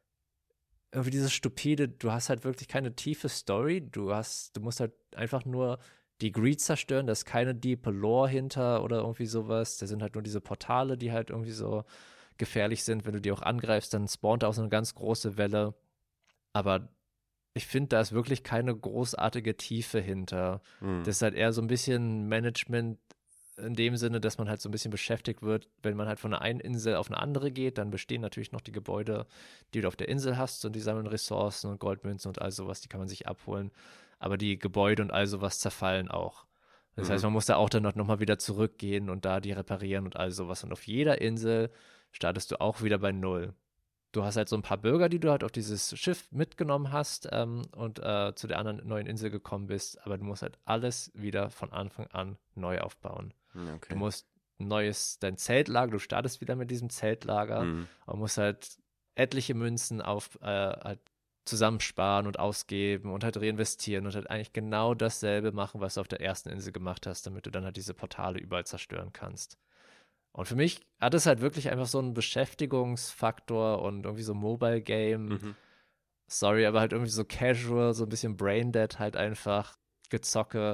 irgendwie dieses stupide, du hast halt wirklich keine tiefe Story, du hast, du musst halt einfach nur die Greed zerstören, da ist keine deep Lore hinter oder irgendwie sowas, da sind halt nur diese Portale, die halt irgendwie so gefährlich sind, wenn du die auch angreifst, dann spawnt da auch so eine ganz große Welle, aber ich finde, da ist wirklich keine großartige Tiefe hinter. Mhm. Das ist halt eher so ein bisschen Management in dem Sinne, dass man halt so ein bisschen beschäftigt wird, wenn man halt von einer einen Insel auf eine andere geht, dann bestehen natürlich noch die Gebäude, die du auf der Insel hast und die sammeln Ressourcen und Goldmünzen und all sowas, die kann man sich abholen. Aber die Gebäude und all sowas zerfallen auch. Das Mhm. heißt, man muss da auch dann noch mal wieder zurückgehen und da die reparieren und all sowas. Und auf jeder Insel startest du auch wieder bei Null. Du hast halt so ein paar Bürger, die du halt auf dieses Schiff mitgenommen hast ähm, und äh, zu der anderen neuen Insel gekommen bist, aber du musst halt alles wieder von Anfang an neu aufbauen. Okay. Du musst ein neues, dein Zeltlager, du startest wieder mit diesem Zeltlager Mhm. und musst halt etliche Münzen auf äh, halt zusammensparen und ausgeben und halt reinvestieren und halt eigentlich genau dasselbe machen, was du auf der ersten Insel gemacht hast, damit du dann halt diese Portale überall zerstören kannst. Und für mich hat es halt wirklich einfach so einen Beschäftigungsfaktor und irgendwie so Mobile Game. Mhm. Sorry, aber halt irgendwie so casual, so ein bisschen Braindead halt einfach gezocke.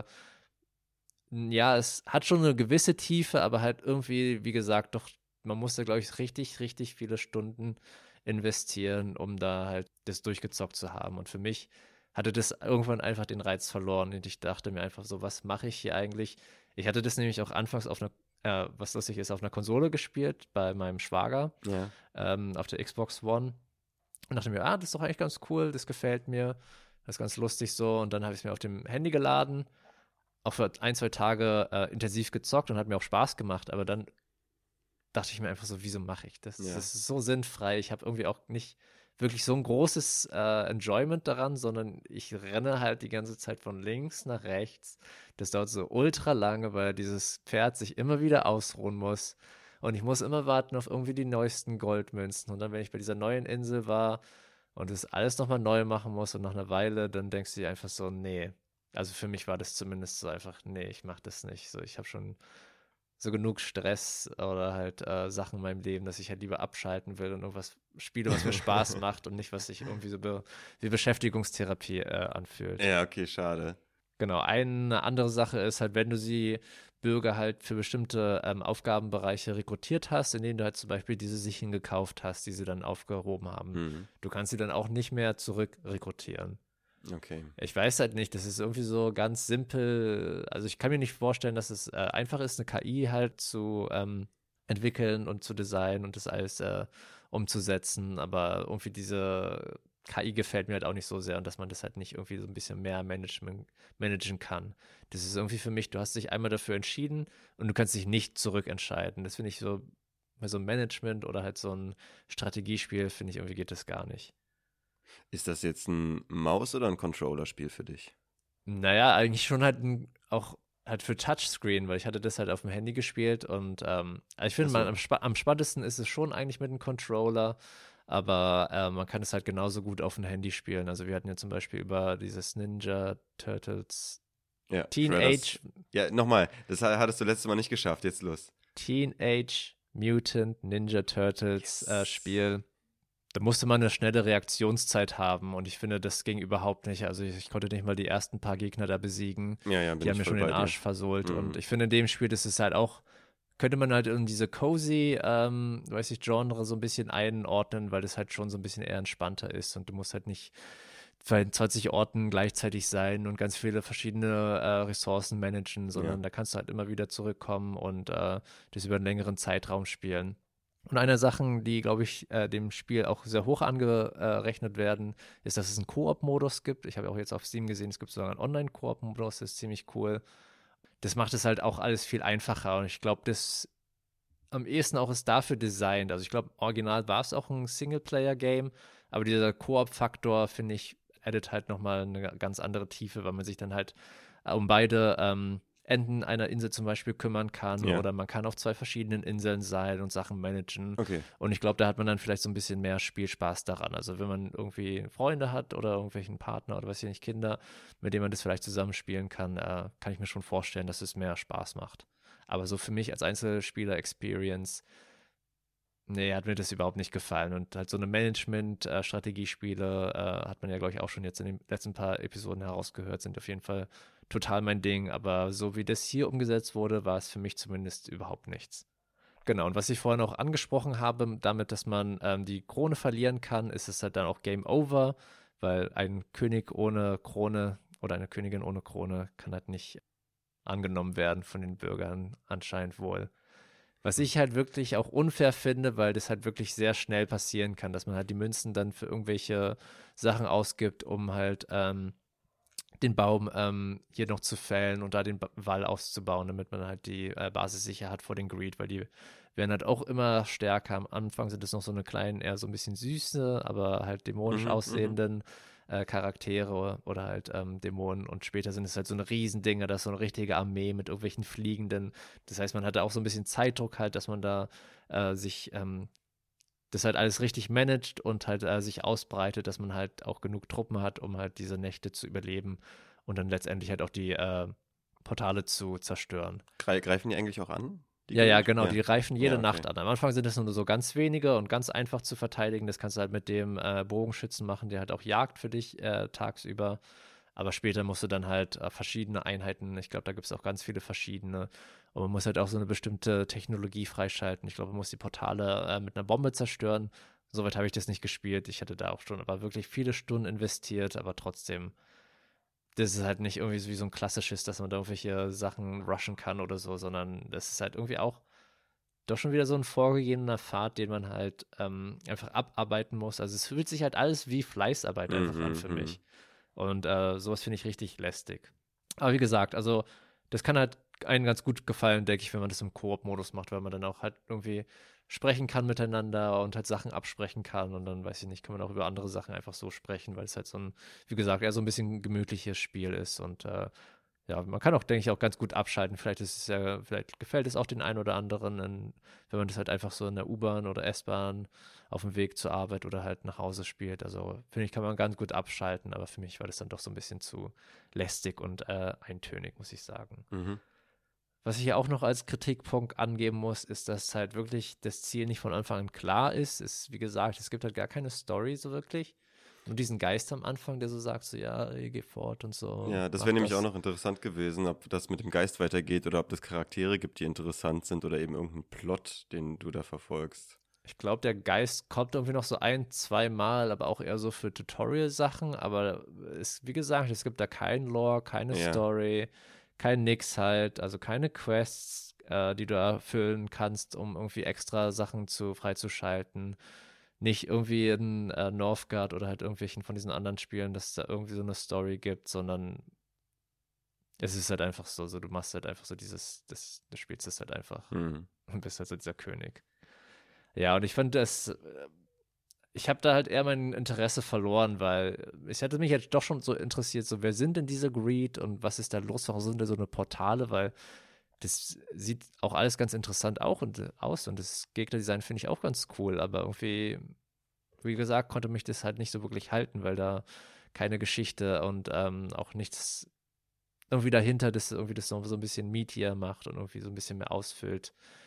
Ja, es hat schon eine gewisse Tiefe, aber halt irgendwie, wie gesagt, doch, man musste, glaube ich, richtig, richtig viele Stunden investieren, um da halt das durchgezockt zu haben. Und für mich hatte das irgendwann einfach den Reiz verloren. Und ich dachte mir einfach so, was mache ich hier eigentlich? Ich hatte das nämlich auch anfangs auf einer, äh, was lustig ist, auf einer Konsole gespielt, bei meinem Schwager, Ja. ähm, auf der Xbox One. Und dachte mir, ah, das ist doch eigentlich ganz cool, das gefällt mir, das ist ganz lustig so. Und dann habe ich es mir auf dem Handy geladen, auch für ein, zwei Tage äh, intensiv gezockt und hat mir auch Spaß gemacht. Aber dann dachte ich mir einfach so, wieso mache ich das? Ja. Das ist so sinnfrei. Ich habe irgendwie auch nicht wirklich so ein großes äh, Enjoyment daran, sondern ich renne halt die ganze Zeit von links nach rechts. Das dauert so ultra lange, weil dieses Pferd sich immer wieder ausruhen muss. Und ich muss immer warten auf irgendwie die neuesten Goldmünzen. Und dann, wenn ich bei dieser neuen Insel war und das alles nochmal neu machen muss und nach einer Weile, dann denkst du dir einfach so, nee. Also für mich war das zumindest so einfach, nee, ich mach das nicht. So, ich habe schon so genug Stress oder halt äh, Sachen in meinem Leben, dass ich halt lieber abschalten will und irgendwas spiele, was mir Spaß macht und nicht, was sich irgendwie so be wie Beschäftigungstherapie äh, anfühlt. Ja, okay, schade. Genau, eine andere Sache ist halt, wenn du sie Bürger halt für bestimmte ähm, Aufgabenbereiche rekrutiert hast, indem du halt zum Beispiel diese Sichen gekauft hast, die sie dann aufgehoben haben. Mhm. Du kannst sie dann auch nicht mehr zurück rekrutieren. Okay. Ich weiß halt nicht, das ist irgendwie so ganz simpel. Also ich kann mir nicht vorstellen, dass es äh, einfach ist, eine K I halt zu ähm, entwickeln und zu designen und das alles äh, umzusetzen. Aber irgendwie diese K I gefällt mir halt auch nicht so sehr und dass man das halt nicht irgendwie so ein bisschen mehr Management, managen kann. Das ist irgendwie für mich, du hast dich einmal dafür entschieden und du kannst dich nicht zurückentscheiden. Das finde ich so, bei so einem Management oder halt so ein Strategiespiel, finde ich, irgendwie geht das gar nicht. Ist das jetzt ein Maus- oder ein Controller-Spiel für dich? Naja, eigentlich schon halt ein, auch halt für Touchscreen, weil ich hatte das halt auf dem Handy gespielt und ähm, also ich finde, Ach so. man am, spa am spannendsten ist es schon eigentlich mit einem Controller, aber äh, man kann es halt genauso gut auf dem Handy spielen. Also wir hatten ja zum Beispiel über dieses Ninja Turtles Ja, Teenage, Shredders. Ja, nochmal, das ha- hattest du letztes Mal nicht geschafft, jetzt los. Teenage Mutant Ninja Turtles Yes. äh, Spiel. da musste man eine schnelle Reaktionszeit haben und ich finde, das ging überhaupt nicht. Also ich, ich konnte nicht mal die ersten paar Gegner da besiegen. Ja, ja, bin Die haben ich mir voll schon bei den dir. Arsch versohlt Mhm. und ich finde, in dem Spiel, das ist halt auch, könnte man halt in diese cozy, ähm, weiß ich, Genre so ein bisschen einordnen, weil das halt schon so ein bisschen eher entspannter ist und du musst halt nicht bei zwanzig Orten gleichzeitig sein und ganz viele verschiedene äh, Ressourcen managen, sondern Ja. da kannst du halt immer wieder zurückkommen und äh, das über einen längeren Zeitraum spielen. Und eine Sache, die, glaube ich, äh, dem Spiel auch sehr hoch angerechnet werden, ist, dass es einen Koop-Modus gibt. Ich habe auch jetzt auf Steam gesehen, es gibt sogar einen Online-Koop-Modus, das ist ziemlich cool. Das macht es halt auch alles viel einfacher und ich glaube, das am ehesten auch ist dafür designt. Also ich glaube, original war es auch ein Singleplayer-Game, aber dieser Koop-Faktor, finde ich, addet halt nochmal eine ganz andere Tiefe, weil man sich dann halt äh, um beide ähm, Enden einer Insel zum Beispiel kümmern kann Ja. oder man kann auf zwei verschiedenen Inseln sein und Sachen managen. Okay. Und ich glaube, da hat man dann vielleicht so ein bisschen mehr Spielspaß daran. Also wenn man irgendwie Freunde hat oder irgendwelchen Partner oder weiß ich nicht, Kinder, mit denen man das vielleicht zusammenspielen kann, äh, kann ich mir schon vorstellen, dass es mehr Spaß macht. Aber so für mich als Einzelspieler-Experience, nee, hat mir das überhaupt nicht gefallen. Und halt so eine Management-Strategiespiele, äh, hat man ja, glaube ich, auch schon jetzt in den letzten paar Episoden herausgehört, sind auf jeden Fall total mein Ding. Aber so wie das hier umgesetzt wurde, war es für mich zumindest überhaupt nichts. Genau, und was ich vorhin auch angesprochen habe, damit, dass man ähm, die Krone verlieren kann, ist es halt dann auch Game Over, weil ein König ohne Krone oder eine Königin ohne Krone kann halt nicht angenommen werden von den Bürgern anscheinend wohl. Was ich halt wirklich auch unfair finde, weil das halt wirklich sehr schnell passieren kann, dass man halt die Münzen dann für irgendwelche Sachen ausgibt, um halt ähm, den Baum ähm, hier noch zu fällen und da den ba Wall auszubauen, damit man halt die äh, Basis sicher hat vor den Greed, weil die werden halt auch immer stärker. Am Anfang sind es noch so eine kleinen, eher so ein bisschen süße, aber halt dämonisch Mhm, mhm. aussehenden äh, Charaktere oder halt ähm, Dämonen und später sind es halt so eine Riesendinger, das ist so eine richtige Armee mit irgendwelchen Fliegenden. Das heißt, man hatte auch so ein bisschen Zeitdruck halt, dass man da äh, sich ähm, das halt alles richtig managt und halt äh, sich ausbreitet, dass man halt auch genug Truppen hat, um halt diese Nächte zu überleben und dann letztendlich halt auch die äh, Portale zu zerstören. Gre- Greifen die eigentlich auch an? Die Ja, ja, Gegner? genau, Ja. die greifen jede Ja, okay. Nacht an. Am Anfang sind es nur so ganz wenige und ganz einfach zu verteidigen. Das kannst du halt mit dem äh, Bogenschützen machen, der halt auch jagt für dich äh, tagsüber. Aber später musst du dann halt äh, verschiedene Einheiten, ich glaube, da gibt es auch ganz viele verschiedene. Und man muss halt auch so eine bestimmte Technologie freischalten. Ich glaube, man muss die Portale äh, mit einer Bombe zerstören. Soweit habe ich das nicht gespielt. Ich hatte da auch schon aber wirklich viele Stunden investiert, aber trotzdem, das ist halt nicht irgendwie so wie so ein klassisches, dass man da irgendwelche Sachen rushen kann oder so, sondern das ist halt irgendwie auch doch schon wieder so ein vorgegebener Pfad, den man halt ähm, einfach abarbeiten muss. Also es fühlt sich halt alles wie Fleißarbeit einfach an Mhm, für mhm. mich. Und äh, sowas finde ich richtig lästig. Aber wie gesagt, also das kann halt einen ganz gut gefallen, denke ich, wenn man das im Koop-Modus macht, weil man dann auch halt irgendwie sprechen kann miteinander und halt Sachen absprechen kann und dann, weiß ich nicht, kann man auch über andere Sachen einfach so sprechen, weil es halt so ein, wie gesagt, eher so ein bisschen gemütliches Spiel ist und äh, ja, man kann auch, denke ich, auch ganz gut abschalten. Vielleicht ist es ja, vielleicht gefällt es auch den einen oder anderen, in, wenn man das halt einfach so in der U-Bahn oder S-Bahn auf dem Weg zur Arbeit oder halt nach Hause spielt. Also finde ich, kann man ganz gut abschalten, aber für mich war das dann doch so ein bisschen zu lästig und äh, eintönig, muss ich sagen. Mhm. Was ich ja auch noch als Kritikpunkt angeben muss, ist, dass halt wirklich das Ziel nicht von Anfang an klar ist. Es, wie gesagt, es gibt halt gar keine Story so wirklich. Nur diesen Geist am Anfang, der so sagt, so ja, ihr geht fort und so. Ja, das macht wäre nämlich das. auch noch interessant gewesen, ob das mit dem Geist weitergeht oder ob es Charaktere gibt, die interessant sind oder eben irgendeinen Plot, den du da verfolgst. Ich glaube, der Geist kommt irgendwie noch so ein, zwei Mal, aber auch eher so für Tutorial-Sachen. Aber es, wie gesagt, es gibt da kein Lore, keine Ja. Story, kein Nix halt, also keine Quests, äh, die du erfüllen kannst, um irgendwie extra Sachen zu freizuschalten. Nicht irgendwie in äh, Northgard oder halt irgendwelchen von diesen anderen Spielen, dass es da irgendwie so eine Story gibt, sondern es ist halt einfach so, so du machst halt einfach so dieses, das, du spielst es halt einfach Mhm. und bist halt so dieser König. Ja, und ich fand das, ich habe da halt eher mein Interesse verloren, weil ich hätte mich jetzt doch schon so interessiert, so wer sind denn diese Greed und was ist da los, warum sind da so eine Portale, weil das sieht auch alles ganz interessant auch und, aus und das Gegnerdesign finde ich auch ganz cool, aber irgendwie, wie gesagt, konnte mich das halt nicht so wirklich halten, weil da keine Geschichte und ähm, auch nichts irgendwie dahinter, das irgendwie das noch so ein bisschen meatier macht und irgendwie so ein bisschen mehr ausfüllt.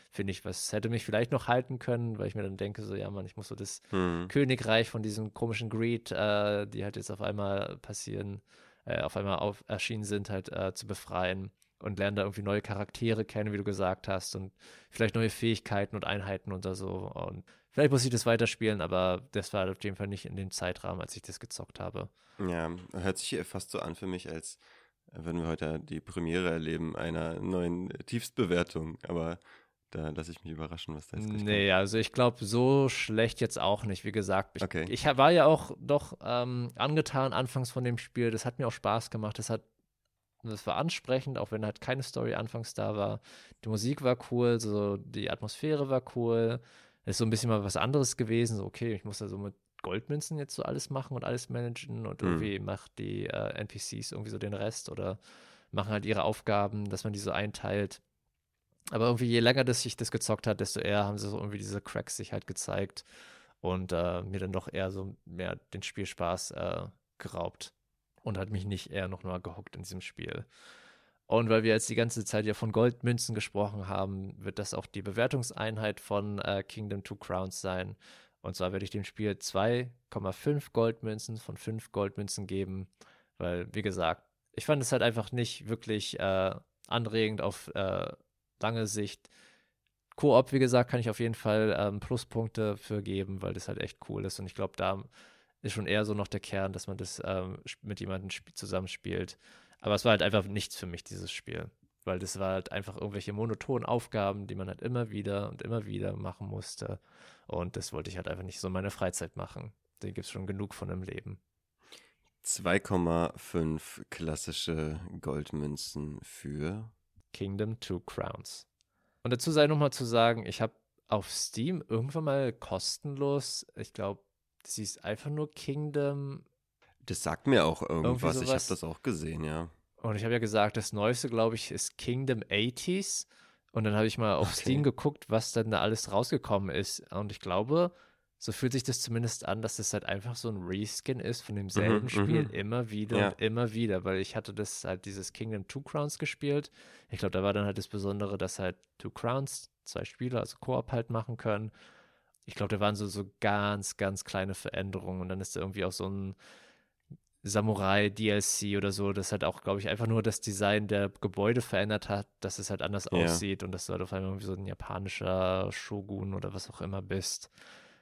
finde ich, was hätte mich vielleicht noch halten können, weil ich mir dann denke, so, ja, Mann, ich muss so das Hm. Königreich von diesem komischen Greed, äh, die halt jetzt auf einmal passieren, äh, auf einmal auf, erschienen sind, halt äh, zu befreien und lernen da irgendwie neue Charaktere kennen, wie du gesagt hast, und vielleicht neue Fähigkeiten und Einheiten und so. Und vielleicht muss ich das weiterspielen, aber das war auf jeden Fall nicht in dem Zeitrahmen, als ich das gezockt habe. Ja, hört sich hier fast so an für mich, als würden wir heute die Premiere erleben einer neuen Tiefstbewertung. Aber da lasse ich mich überraschen, was da jetzt gleich Nee, kommt. also ich glaube, so schlecht jetzt auch nicht. Wie gesagt, ich, Okay. ich war ja auch doch ähm, angetan anfangs von dem Spiel. Das hat mir auch Spaß gemacht. Das hat, das war ansprechend, auch wenn halt keine Story anfangs da war. Die Musik war cool, so die Atmosphäre war cool. Ist so ein bisschen mal was anderes gewesen. So, okay, ich muss da so mit Goldmünzen jetzt so alles machen und alles managen und Hm. irgendwie macht die äh, N P Cs irgendwie so den Rest oder machen halt ihre Aufgaben, dass man die so einteilt. Aber irgendwie, je länger das sich das gezockt hat, desto eher haben sie so irgendwie diese Cracks sich halt gezeigt und äh, mir dann doch eher so mehr den Spielspaß äh, geraubt und hat mich nicht eher noch mal gehuckt in diesem Spiel. Und weil wir jetzt die ganze Zeit ja von Goldmünzen gesprochen haben, wird das auch die Bewertungseinheit von äh, Kingdom Two Crowns sein. Und zwar werde ich dem Spiel zwei Komma fünf Goldmünzen von fünf Goldmünzen geben, weil, wie gesagt, ich fand es halt einfach nicht wirklich äh, anregend auf äh, lange Sicht. Koop, wie gesagt, kann ich auf jeden Fall ähm, Pluspunkte für geben, weil das halt echt cool ist. Und ich glaube, da ist schon eher so noch der Kern, dass man das ähm, mit jemandem sp- zusammenspielt. Aber es war halt einfach nichts für mich, dieses Spiel. Weil das war halt einfach irgendwelche monotonen Aufgaben, die man halt immer wieder und immer wieder machen musste. Und das wollte ich halt einfach nicht so in meiner Freizeit machen. Da gibt es schon genug von im Leben. zwei Komma fünf klassische Goldmünzen für. Kingdom Two Crowns. Und dazu sei nochmal zu sagen, ich habe auf Steam irgendwann mal kostenlos, ich glaube, das hieß einfach nur Kingdom. Das sagt mir auch Irgendwie irgendwas. Ich habe sowas. das auch gesehen, ja. Und ich habe ja gesagt, das Neueste, glaube ich, ist Kingdom achtziger. Und dann habe ich mal auf Okay. Steam geguckt, was dann da alles rausgekommen ist. Und ich glaube, so fühlt sich das zumindest an, dass das halt einfach so ein Reskin ist von demselben Mhm, Spiel mhm. immer wieder Ja. und immer wieder. Weil ich hatte das halt dieses Kingdom Two Crowns gespielt. Ich glaube, da war dann halt das Besondere, dass halt Two Crowns, zwei Spieler, also Koop halt machen können. Ich glaube, da waren so, so ganz, ganz kleine Veränderungen. Und dann ist da irgendwie auch so ein Samurai-D L C oder so, das halt auch, glaube ich, einfach nur das Design der Gebäude verändert hat, dass es halt anders Ja. aussieht und dass du halt auf einmal irgendwie so ein japanischer Shogun oder was auch immer bist.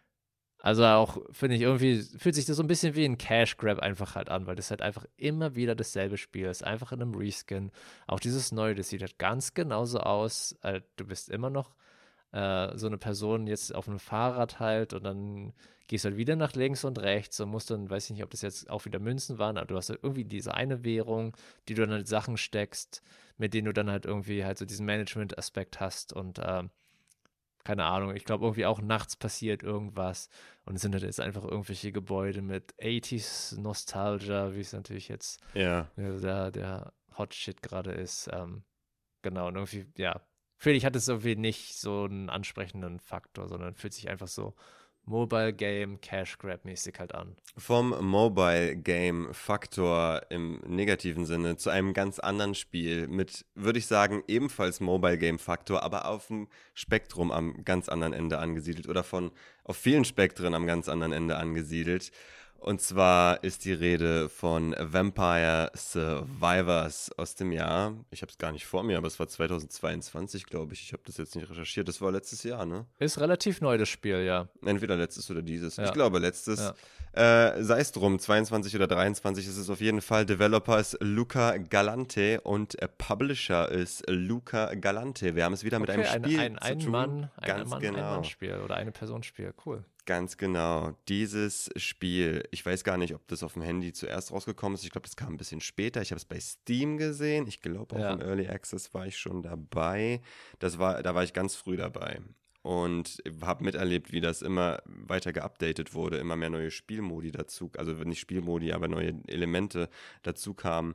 Also auch, finde ich, irgendwie fühlt sich das so ein bisschen wie ein Cash Grab einfach halt an, weil das halt einfach immer wieder dasselbe Spiel ist, einfach in einem Reskin. Auch dieses Neue, das sieht halt ganz genauso aus. Halt, du bist immer noch äh, so eine Person jetzt auf einem Fahrrad halt und dann gehst du halt wieder nach links und rechts und musst dann, weiß ich nicht, ob das jetzt auch wieder Münzen waren, aber du hast halt irgendwie diese eine Währung, die du dann halt Sachen steckst, mit denen du dann halt irgendwie halt so diesen Management-Aspekt hast und äh, keine Ahnung, ich glaube irgendwie auch nachts passiert irgendwas und es sind halt jetzt einfach irgendwelche Gebäude mit achtziger Nostalgia, wie es natürlich jetzt Ja. äh, der, der Hot Shit gerade ist. Ähm, genau, und irgendwie, ja, finde ich, hat es irgendwie nicht so einen ansprechenden Faktor, sondern fühlt sich einfach so Mobile Game Cash Grab mäßig halt an. Vom Mobile Game Faktor im negativen Sinne zu einem ganz anderen Spiel mit, würde ich sagen, ebenfalls Mobile Game Faktor, aber auf dem Spektrum am ganz anderen Ende angesiedelt oder von auf vielen Spektren am ganz anderen Ende angesiedelt. Und zwar ist die Rede von Vampire Survivors aus dem Jahr, ich habe es gar nicht vor mir, aber es war zweitausendzweiundzwanzig, glaube ich. Ich habe das jetzt nicht recherchiert. Das war letztes Jahr, ne? Ist relativ neu, das Spiel, ja. Entweder letztes oder dieses. Ja. Ich glaube letztes. Ja. Äh, sei es drum, zweiundzwanzig oder dreiundzwanzig ist es auf jeden Fall. Developer ist Luca Galante und äh, Publisher ist Luca Galante. Wir haben es wieder mit Okay, einem ein, Spiel ein, zu ein tun. Mann, ein Ganz Mann, genau. ein Mann-Spiel oder eine Person-Spiel. Cool. Ganz genau. Dieses Spiel, ich weiß gar nicht, ob das auf dem Handy zuerst rausgekommen ist. Ich glaube, das kam ein bisschen später. Ich habe es bei Steam gesehen. Ich glaube, auch Ja. im Early Access war ich schon dabei. Das war, da war ich ganz früh dabei. Und habe miterlebt, wie das immer weiter geupdatet wurde, immer mehr neue Spielmodi dazu, also nicht Spielmodi, aber neue Elemente dazu kamen.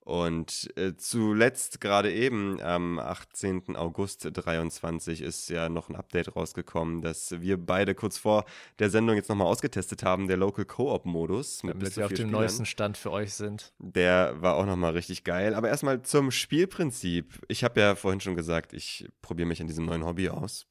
Und äh, zuletzt gerade eben am achtzehnten August dreiundzwanzig ist ja noch ein Update rausgekommen, dass wir beide kurz vor der Sendung jetzt nochmal ausgetestet haben, der Local Co-op-Modus. Mit Damit wir auf dem Spielern. neuesten Stand für euch sind. Der war auch nochmal richtig geil. Aber erstmal zum Spielprinzip. Ich habe ja vorhin schon gesagt, ich probiere mich an diesem neuen Hobby aus.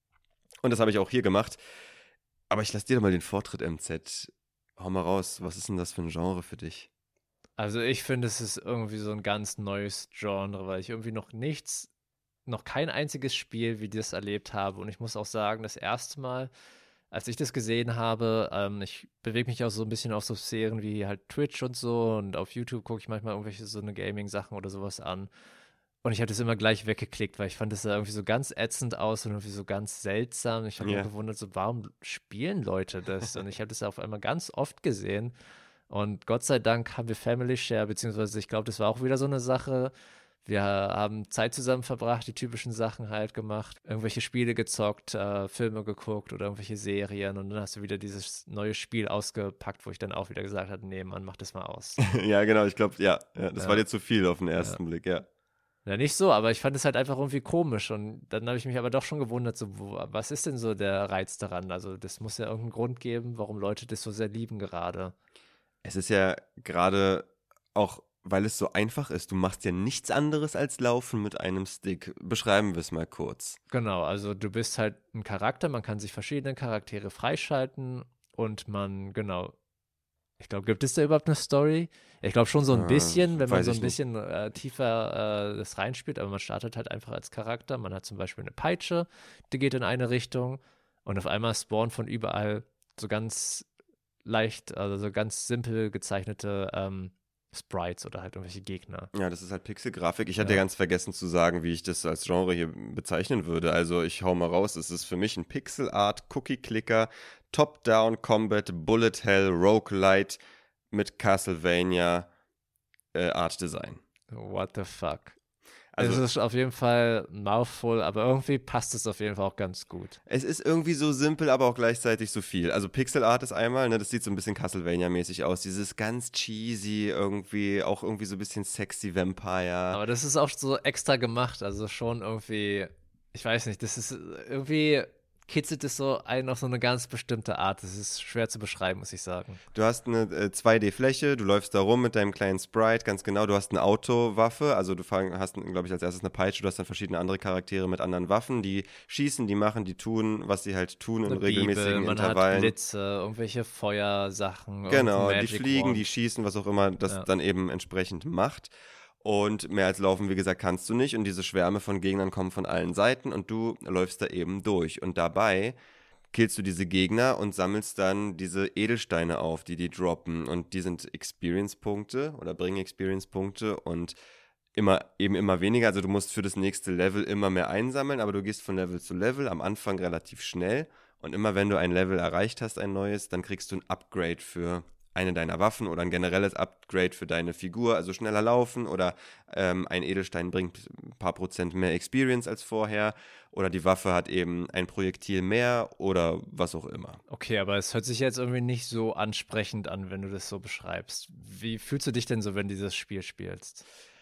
Und das habe ich auch hier gemacht. Aber ich lasse dir doch mal den Vortritt, M Z. Hau mal raus, was ist denn das für ein Genre für dich? Also ich finde, es ist irgendwie so ein ganz neues Genre, weil ich irgendwie noch nichts, noch kein einziges Spiel wie das erlebt habe. Und ich muss auch sagen, das erste Mal, als ich das gesehen habe, ähm, ich bewege mich auch so ein bisschen auf so Serien wie halt Twitch und so und auf YouTube gucke ich manchmal irgendwelche so eine Gaming-Sachen oder sowas an. Und ich habe das immer gleich weggeklickt, weil ich fand das da irgendwie so ganz ätzend aus und irgendwie so ganz seltsam. Ich habe Ja. mich gewundert, so warum spielen Leute das? Und ich habe das auf einmal ganz oft gesehen. Und Gott sei Dank haben wir Family Share, beziehungsweise ich glaube, das war auch wieder so eine Sache. Wir haben Zeit zusammen verbracht, die typischen Sachen halt gemacht, irgendwelche Spiele gezockt, äh, Filme geguckt oder irgendwelche Serien und dann hast du wieder dieses neue Spiel ausgepackt, wo ich dann auch wieder gesagt habe, nee, Mann, mach das mal aus. Ja, genau, ich glaube, ja, ja, das ja. war dir zu viel auf den ersten ja. Blick, ja. Ja, nicht so, aber ich fand es halt einfach irgendwie komisch und dann habe ich mich aber doch schon gewundert, so, wo, was ist denn so der Reiz daran? Also das muss ja irgendeinen Grund geben, warum Leute das so sehr lieben gerade. Es ist ja gerade auch, weil es so einfach ist. Du machst ja nichts anderes als laufen mit einem Stick. Beschreiben wir es mal kurz. Genau, also du bist halt ein Charakter, man kann sich verschiedene Charaktere freischalten und man, genau, ich glaube, gibt es da überhaupt eine Story? Ich glaube schon so ein bisschen, äh, wenn man so ein bisschen äh, tiefer äh, das reinspielt, aber man startet halt einfach als Charakter. Man hat zum Beispiel eine Peitsche, die geht in eine Richtung und auf einmal spawnen von überall so ganz leicht, also so ganz simpel gezeichnete ähm, Sprites oder halt irgendwelche Gegner. Ja, das ist halt Pixelgrafik. Ich hatte ja. ja ganz vergessen zu sagen, wie ich das als Genre hier bezeichnen würde. Also ich hau mal raus, es ist für mich ein Pixel-Art, Cookie-Clicker, Top-Down Combat, Bullet Hell, Roguelite mit Castlevania äh, Art Design. What the fuck? Also, es ist auf jeden Fall ein Mouthful, aber irgendwie passt es auf jeden Fall auch ganz gut. Es ist irgendwie so simpel, aber auch gleichzeitig so viel. Also Pixel Art ist einmal, ne, das sieht so ein bisschen Castlevania-mäßig aus. Dieses ganz cheesy, irgendwie, auch irgendwie so ein bisschen sexy Vampire. Aber das ist auch so extra gemacht, also schon irgendwie, ich weiß nicht, das ist irgendwie kitzelt es so ein auf so eine ganz bestimmte Art. Das ist schwer zu beschreiben, muss ich sagen. Du hast eine äh, zwei D-Fläche, du läufst da rum mit deinem kleinen Sprite, ganz genau. Du hast eine Autowaffe, also du fang, hast, glaube ich, als erstes eine Peitsche. Du hast dann verschiedene andere Charaktere mit anderen Waffen, die schießen, die machen, die tun, was sie halt tun in eine regelmäßigen Bibel, man Intervallen. Hat Blitze, irgendwelche Feuersachen. Genau, die fliegen, Wand. Die schießen, was auch immer das ja. dann eben entsprechend macht. Und mehr als laufen, wie gesagt, kannst du nicht. Und diese Schwärme von Gegnern kommen von allen Seiten und du läufst da eben durch. Und dabei killst du diese Gegner und sammelst dann diese Edelsteine auf, die die droppen. Und die sind Experience-Punkte oder bringen Experience-Punkte und immer, eben immer weniger. Also du musst für das nächste Level immer mehr einsammeln, aber du gehst von Level zu Level, am Anfang relativ schnell. Und immer wenn du ein Level erreicht hast, ein neues, dann kriegst du ein Upgrade für eine deiner Waffen oder ein generelles Upgrade für deine Figur, also schneller laufen oder ähm, ein Edelstein bringt ein paar Prozent mehr Experience als vorher oder die Waffe hat eben ein Projektil mehr oder was auch immer. Okay, aber es hört sich jetzt irgendwie nicht so ansprechend an, wenn du das so beschreibst. Wie fühlst du dich denn so, wenn du dieses Spiel spielst?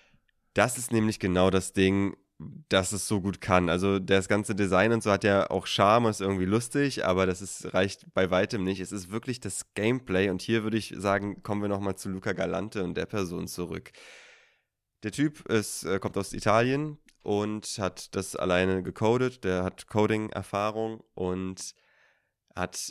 Das ist nämlich genau das Ding, dass es so gut kann. Also das ganze Design und so hat ja auch Charme, ist irgendwie lustig, aber das ist, reicht bei weitem nicht. Es ist wirklich das Gameplay und hier würde ich sagen, kommen wir nochmal zu Luca Galante und der Person zurück. Der Typ ist, äh, kommt aus Italien und hat das alleine gecodet, der hat Coding-Erfahrung und hat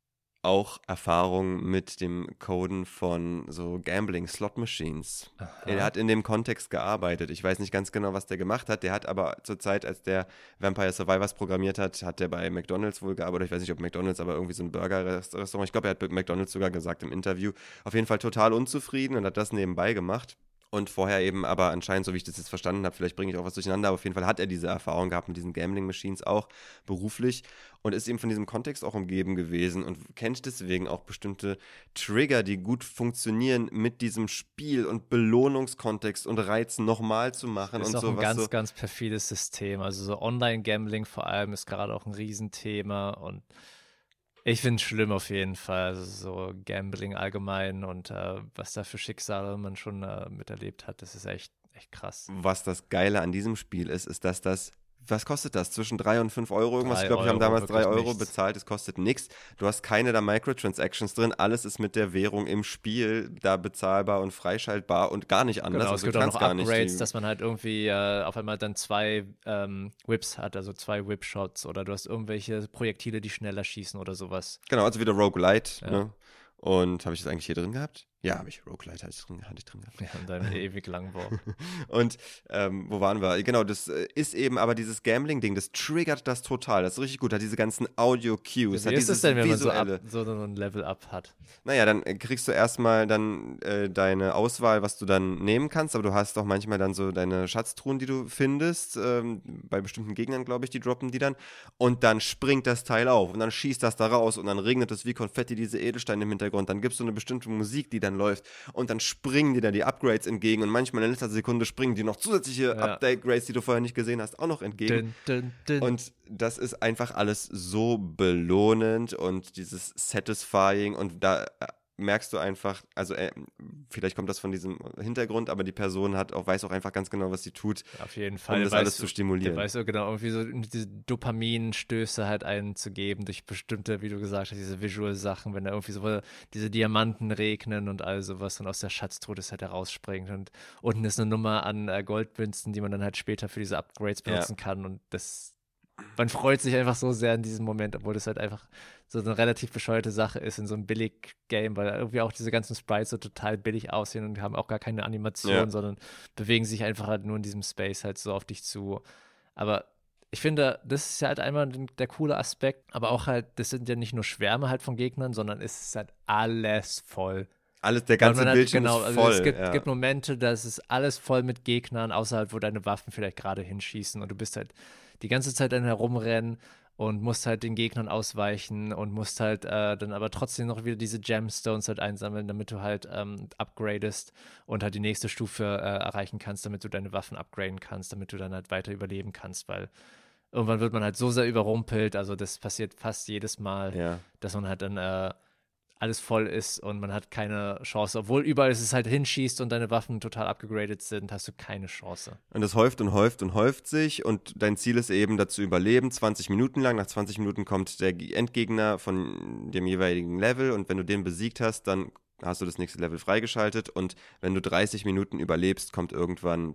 auch Erfahrung mit dem Coden von so Gambling-Slot-Machines. Er hat in dem Kontext gearbeitet. Ich weiß nicht ganz genau, was der gemacht hat. Der hat aber zur Zeit, als der Vampire Survivors programmiert hat, hat der bei McDonald's wohl gearbeitet. Ich weiß nicht, ob McDonald's, aber irgendwie so ein Burger-Restaurant. Ich glaube, er hat bei McDonald's sogar gesagt im Interview. Auf jeden Fall total unzufrieden und hat das nebenbei gemacht. Und vorher eben aber anscheinend, so wie ich das jetzt verstanden habe, vielleicht bringe ich auch was durcheinander, aber auf jeden Fall hat er diese Erfahrung gehabt mit diesen Gambling-Machines auch beruflich und ist eben von diesem Kontext auch umgeben gewesen und kennt deswegen auch bestimmte Trigger, die gut funktionieren mit diesem Spiel und Belohnungskontext und Reiz nochmal zu machen. Das ist und auch so, ein was ganz, so ganz perfides System. Also so Online-Gambling vor allem ist gerade auch ein Riesenthema und Ich finde es schlimm auf jeden Fall. Also so Gambling allgemein und äh, was da für Schicksale man schon äh, miterlebt hat, das ist echt, echt krass. Was das Geile an diesem Spiel ist, ist, dass das, was kostet das? Zwischen drei und fünf Euro irgendwas? Ich Drei glaube, wir haben Euro, damals drei wirklich Euro nichts. bezahlt, es kostet nichts. Du hast keine da Microtransactions drin, alles ist mit der Währung im Spiel da bezahlbar und freischaltbar und gar nicht anders. Genau, es Also gibt du auch kannst noch gar nicht Upgrades, die, dass man halt irgendwie äh, auf einmal dann zwei ähm, Whips hat, also zwei Whip-Shots oder du hast irgendwelche Projektile, die schneller schießen oder sowas. genau, also wieder Roguelite, Ja. ne? Und habe ich das eigentlich hier drin gehabt? Ja, habe ich. Roguelite hatte ich drin, hatte ich drin gehabt. Ja, in deinem ewig langen Wort. Und ähm, wo waren wir? Genau, das äh, ist eben aber dieses Gambling-Ding, das triggert das total. Das ist richtig gut. Hat diese ganzen Audio-Cues, Wie hat ist es dieses denn, wenn man so, ab, visuelle. so ein Level-Up hat? Naja, dann äh, kriegst du erstmal dann äh, deine Auswahl, was du dann nehmen kannst, aber du hast auch manchmal dann so deine Schatztruhen, die du findest. Ähm, bei bestimmten Gegnern, glaube ich, die droppen die dann. Und dann springt das Teil auf und dann schießt das da raus und dann regnet es wie Konfetti diese Edelsteine im Hintergrund. Dann gibst du eine bestimmte Musik, die dann läuft und dann springen dir da die Upgrades entgegen und manchmal in letzter Sekunde springen dir noch zusätzliche Ja. Upgrades, die du vorher nicht gesehen hast, auch noch entgegen. Dün, dün, dün. Und das ist einfach alles so belohnend und dieses Satisfying und da äh, merkst du einfach, also äh, vielleicht kommt das von diesem Hintergrund, aber die Person hat auch, weiß auch einfach ganz genau, was sie tut, Auf jeden Fall. um Der das alles weiß- zu stimulieren. Der weiß so genau, irgendwie so diese Dopaminstöße halt einzugeben durch bestimmte, wie du gesagt hast, diese Visual-Sachen, wenn da irgendwie so diese Diamanten regnen und all sowas und aus der Schatztruhe das halt herausspringt und unten ist eine Nummer an äh, Goldmünzen, die man dann halt später für diese Upgrades Ja. benutzen kann und das, man freut sich einfach so sehr in diesem Moment, obwohl das halt einfach so eine relativ bescheuerte Sache ist in so einem Billig-Game, weil irgendwie auch diese ganzen Sprites so total billig aussehen und haben auch gar keine Animation, Ja. sondern bewegen sich einfach halt nur in diesem Space halt so auf dich zu. Aber ich finde, das ist ja halt einmal der coole Aspekt, aber auch halt, das sind ja nicht nur Schwärme halt von Gegnern, sondern es ist halt alles voll. Alles, der Weil ganze man halt- Bildschirm genau, ist also voll. es gibt, ja. gibt Momente, da ist es alles voll mit Gegnern, außer halt, wo deine Waffen vielleicht gerade hinschießen und du bist halt die ganze Zeit dann herumrennen und musst halt den Gegnern ausweichen und musst halt äh, dann aber trotzdem noch wieder diese Gemstones halt einsammeln, damit du halt ähm, upgradest und halt die nächste Stufe äh, erreichen kannst, damit du deine Waffen upgraden kannst, damit du dann halt weiter überleben kannst, weil irgendwann wird man halt so sehr überrumpelt, also das passiert fast jedes Mal, ja. dass man halt dann äh, alles voll ist und man hat keine Chance. Obwohl überall es halt hinschießt und deine Waffen total abgegradet sind, hast du keine Chance. Und es häuft und häuft und häuft sich und dein Ziel ist eben, da zu überleben, zwanzig Minuten lang. Nach zwanzig Minuten kommt der Endgegner von dem jeweiligen Level und wenn du den besiegt hast, dann hast du das nächste Level freigeschaltet und wenn du dreißig Minuten überlebst, kommt irgendwann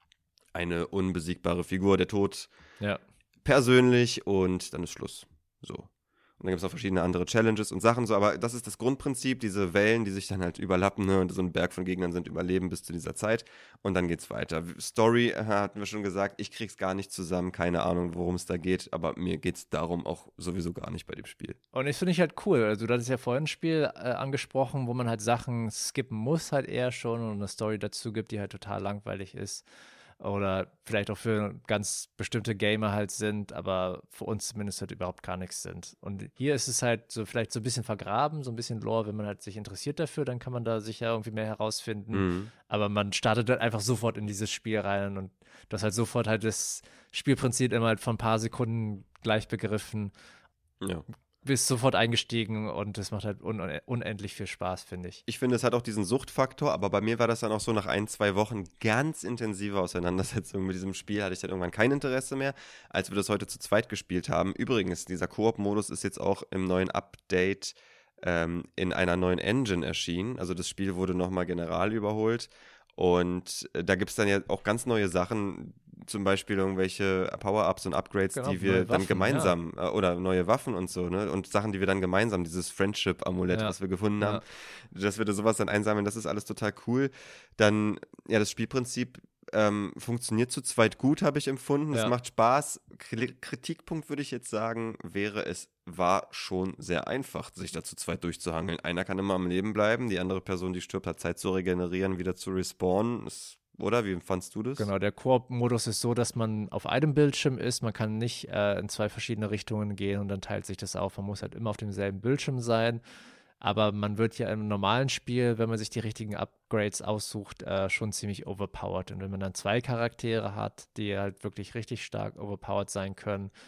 eine unbesiegbare Figur, der Tod Ja. persönlich und dann ist Schluss. So. Und dann gibt es noch verschiedene andere Challenges und Sachen so, aber das ist das Grundprinzip, diese Wellen, die sich dann halt überlappen, ne, und so ein Berg von Gegnern sind überleben bis zu dieser Zeit und dann geht's weiter. Story, äh, hatten wir schon gesagt, ich krieg's gar nicht zusammen, keine Ahnung, worum es da geht, aber mir geht's darum auch sowieso gar nicht bei dem Spiel. Und ich finde ich halt cool. Also, du hattest ja vorhin ein Spiel äh, angesprochen, wo man halt Sachen skippen muss, halt eher schon und eine Story dazu gibt, die halt total langweilig ist. Oder vielleicht auch für ganz bestimmte Gamer halt sind, aber für uns zumindest halt überhaupt gar nichts sind. Und hier ist es halt so vielleicht so ein bisschen vergraben, so ein bisschen Lore, wenn man halt sich interessiert dafür, dann kann man da sicher irgendwie mehr herausfinden. Mhm. Aber man startet dann einfach sofort in dieses Spiel rein und du hast halt sofort halt das Spielprinzip immer halt von ein paar Sekunden gleich begriffen, Ja. bist sofort eingestiegen und das macht halt un unendlich viel Spaß, finde ich. Ich finde, es hat auch diesen Suchtfaktor, aber bei mir war das dann auch so nach ein, zwei Wochen ganz intensive Auseinandersetzung mit diesem Spiel, hatte ich dann irgendwann kein Interesse mehr, als wir das heute zu zweit gespielt haben. Übrigens, dieser Koop-Modus ist jetzt auch im neuen Update ähm, in einer neuen Engine erschienen. Also das Spiel wurde nochmal general überholt und äh, da gibt es dann ja auch ganz neue Sachen, zum Beispiel irgendwelche Power-Ups und Upgrades, Genau, die wir neue dann Waffen, gemeinsam, äh, oder neue Waffen und so, ne? Und Sachen, die wir dann gemeinsam, dieses Friendship-Amulett, Ja. was wir gefunden Ja. haben, dass wir da sowas dann einsammeln, das ist alles total cool. Dann, ja, das Spielprinzip ähm, funktioniert zu zweit gut, habe ich empfunden. Es Ja. macht Spaß. Kri- Kritikpunkt würde ich jetzt sagen, wäre, es war schon sehr einfach, sich da zu zweit durchzuhangeln. Einer kann immer am Leben bleiben, die andere Person, die stirbt, hat Zeit zu regenerieren, wieder zu respawnen. Es, oder? Wie fandst du das? Genau, der Koop-Modus ist so, dass man auf einem Bildschirm ist, man kann nicht äh, in zwei verschiedene Richtungen gehen und dann teilt sich das auf. Man muss halt immer auf demselben Bildschirm sein, aber man wird ja im normalen Spiel, wenn man sich die richtigen Upgrades aussucht, äh, schon ziemlich overpowered. Und wenn man dann zwei Charaktere hat, die halt wirklich richtig stark overpowered sein können,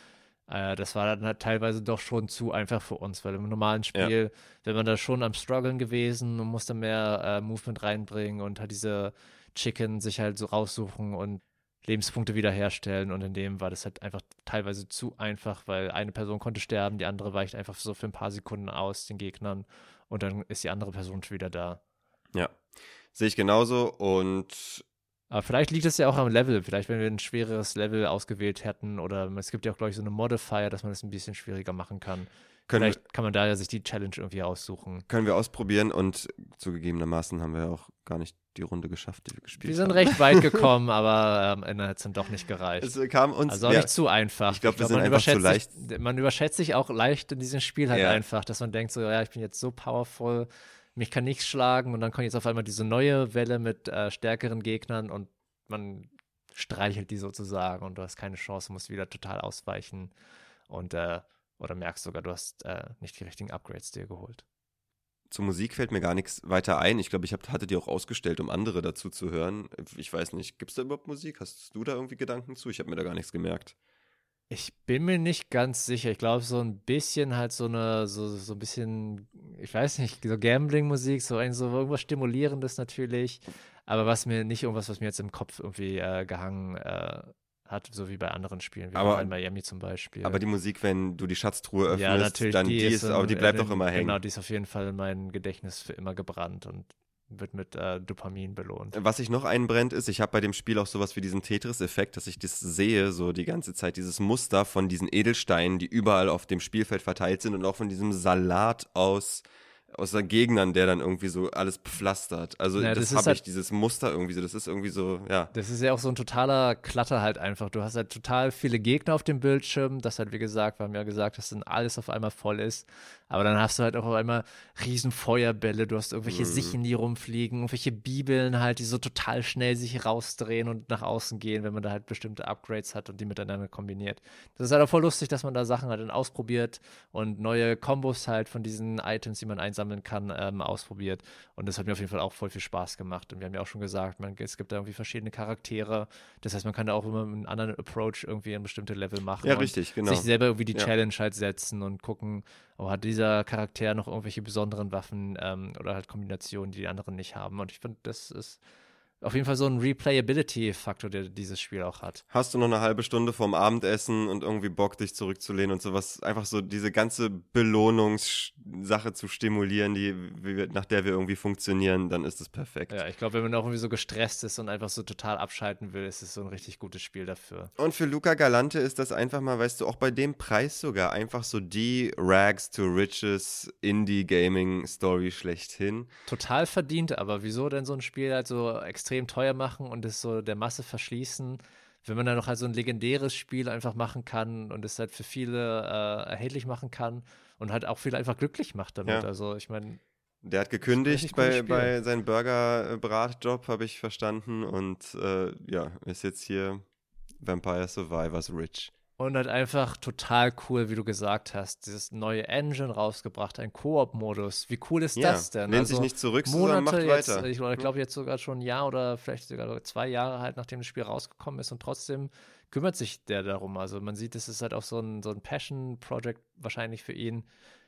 Äh, das war dann halt teilweise doch schon zu einfach für uns, weil im normalen Spiel, Ja. wenn man da schon am Struggeln gewesen und musste mehr äh, Movement reinbringen und halt diese Chicken sich halt so raussuchen und Lebenspunkte wiederherstellen. Und in dem war das halt einfach teilweise zu einfach, weil eine Person konnte sterben, die andere weicht einfach so für ein paar Sekunden aus den Gegnern und dann ist die andere Person schon wieder da. Ja, sehe ich genauso und Aber vielleicht liegt es ja auch am Level. Vielleicht, wenn wir ein schwereres Level ausgewählt hätten oder es gibt ja auch, glaube ich, so eine Modifier, dass man das ein bisschen schwieriger machen kann. können, Vielleicht kann man da ja sich die Challenge irgendwie aussuchen. können wir ausprobieren und zugegebenermaßen haben wir auch gar nicht die Runde geschafft, die wir gespielt Wir sind haben. recht weit gekommen, aber am Ende hat es dann doch nicht gereicht. Es kam uns, Also auch ja, nicht zu einfach. ich glaube, wir glaub, sind man einfach zu überschätzt leicht. Sich, man überschätzt sich auch leicht in diesem Spiel halt Ja. einfach, dass man denkt so, ja, ich bin jetzt so powerful, mich kann nichts schlagen und dann kommt jetzt auf einmal diese neue Welle mit äh, stärkeren Gegnern und man streichelt die sozusagen und du hast keine Chance, musst wieder total ausweichen und äh, oder merkst sogar, du hast äh, nicht die richtigen Upgrades dir geholt. Zur Musik fällt mir gar nichts weiter ein. Ich glaube, ich hab, hatte die auch ausgestellt, um andere dazu zu hören. Ich weiß nicht, gibt es da überhaupt Musik? Hast du da irgendwie Gedanken zu? Ich habe mir da gar nichts gemerkt. Ich bin mir nicht ganz sicher. Ich glaube, so ein bisschen halt so eine, so, so ein bisschen, ich weiß nicht, so Gambling-Musik, so ein, so irgendwas Stimulierendes natürlich. Aber was mir nicht irgendwas, was mir jetzt im Kopf irgendwie äh, gehangen äh, hat, so wie bei anderen Spielen, wie Aber- bei Miami zum Beispiel. Aber die Musik, wenn du die Schatztruhe öffnest, ja, natürlich, dann die, ist, in- aber die bleibt in- auch immer hängen. Genau, die ist auf jeden Fall in mein Gedächtnis für immer gebrannt und wird mit äh, Dopamin belohnt. Was sich noch einbrennt, ist, ich habe bei dem Spiel auch sowas wie diesen Tetris-Effekt, dass ich das sehe, so die ganze Zeit, dieses Muster von diesen Edelsteinen, die überall auf dem Spielfeld verteilt sind und auch von diesem Salat aus, aus den Gegnern, der dann irgendwie so alles pflastert. Also Ja, das, das ist habe ich, halt- dieses Muster irgendwie so, das ist irgendwie so, ja. Das ist ja auch so ein totaler Klatter halt einfach. Du hast halt total viele Gegner auf dem Bildschirm, das halt, wie gesagt, wir haben ja gesagt, dass dann alles auf einmal voll ist. Aber dann hast du halt auch auf einmal riesen Feuerbälle, du hast irgendwelche Mhm. Sichen, die rumfliegen, irgendwelche Bibeln halt, die so total schnell sich rausdrehen und nach außen gehen, wenn man da halt bestimmte Upgrades hat und die miteinander kombiniert. Das ist halt auch voll lustig, dass man da Sachen halt dann ausprobiert und neue Kombos halt von diesen Items, die man einsammeln kann, ähm, ausprobiert. Und das hat mir auf jeden Fall auch voll viel Spaß gemacht. Und wir haben ja auch schon gesagt, man, es gibt da irgendwie verschiedene Charaktere. Das heißt, man kann da auch immer einen anderen Approach irgendwie in bestimmte Level machen. Ja, und richtig, genau. sich selber irgendwie die Ja. Challenge halt setzen und gucken, oh, hat dieser Charakter noch irgendwelche besonderen Waffen ähm, oder halt Kombinationen, die die anderen nicht haben. Und ich finde, das ist auf jeden Fall so ein Replayability-Faktor, der dieses Spiel auch hat. Hast du noch eine halbe Stunde vorm Abendessen und irgendwie Bock, dich zurückzulehnen und sowas, einfach so diese ganze Belohnungssache zu stimulieren, die, wie wir, nach der wir irgendwie funktionieren, dann ist es perfekt. Ja, ich glaube, wenn man auch irgendwie so gestresst ist und einfach so total abschalten will, ist es so ein richtig gutes Spiel dafür. Und für Luca Galante ist das einfach mal, weißt du, auch bei dem Preis sogar einfach so die Rags to Riches Indie-Gaming-Story schlechthin. Total verdient, aber wieso denn so ein Spiel halt so extrem teuer machen und es so der Masse verschließen, wenn man dann noch halt so ein legendäres Spiel einfach machen kann und es halt für viele äh, erhältlich machen kann und halt auch viele einfach glücklich macht damit. Ja. Also ich meine, Der hat richtig gekündigt cooles bei, Spiel. bei seinem Burger-Bratjob, habe ich verstanden. Und äh, ja, ist jetzt hier Vampire Survivors Rich. und halt einfach total cool, wie du gesagt hast, dieses neue Engine rausgebracht, ein Koop-Modus. Wie cool ist Ja, das denn? lehnt Also sich nicht zurück, sondern Monate macht jetzt, weiter. ich glaube jetzt sogar schon ein Jahr oder vielleicht sogar zwei Jahre halt, nachdem das Spiel rausgekommen ist und trotzdem kümmert sich der darum. Also man sieht, es ist halt auch so ein, so ein Passion-Project wahrscheinlich für ihn.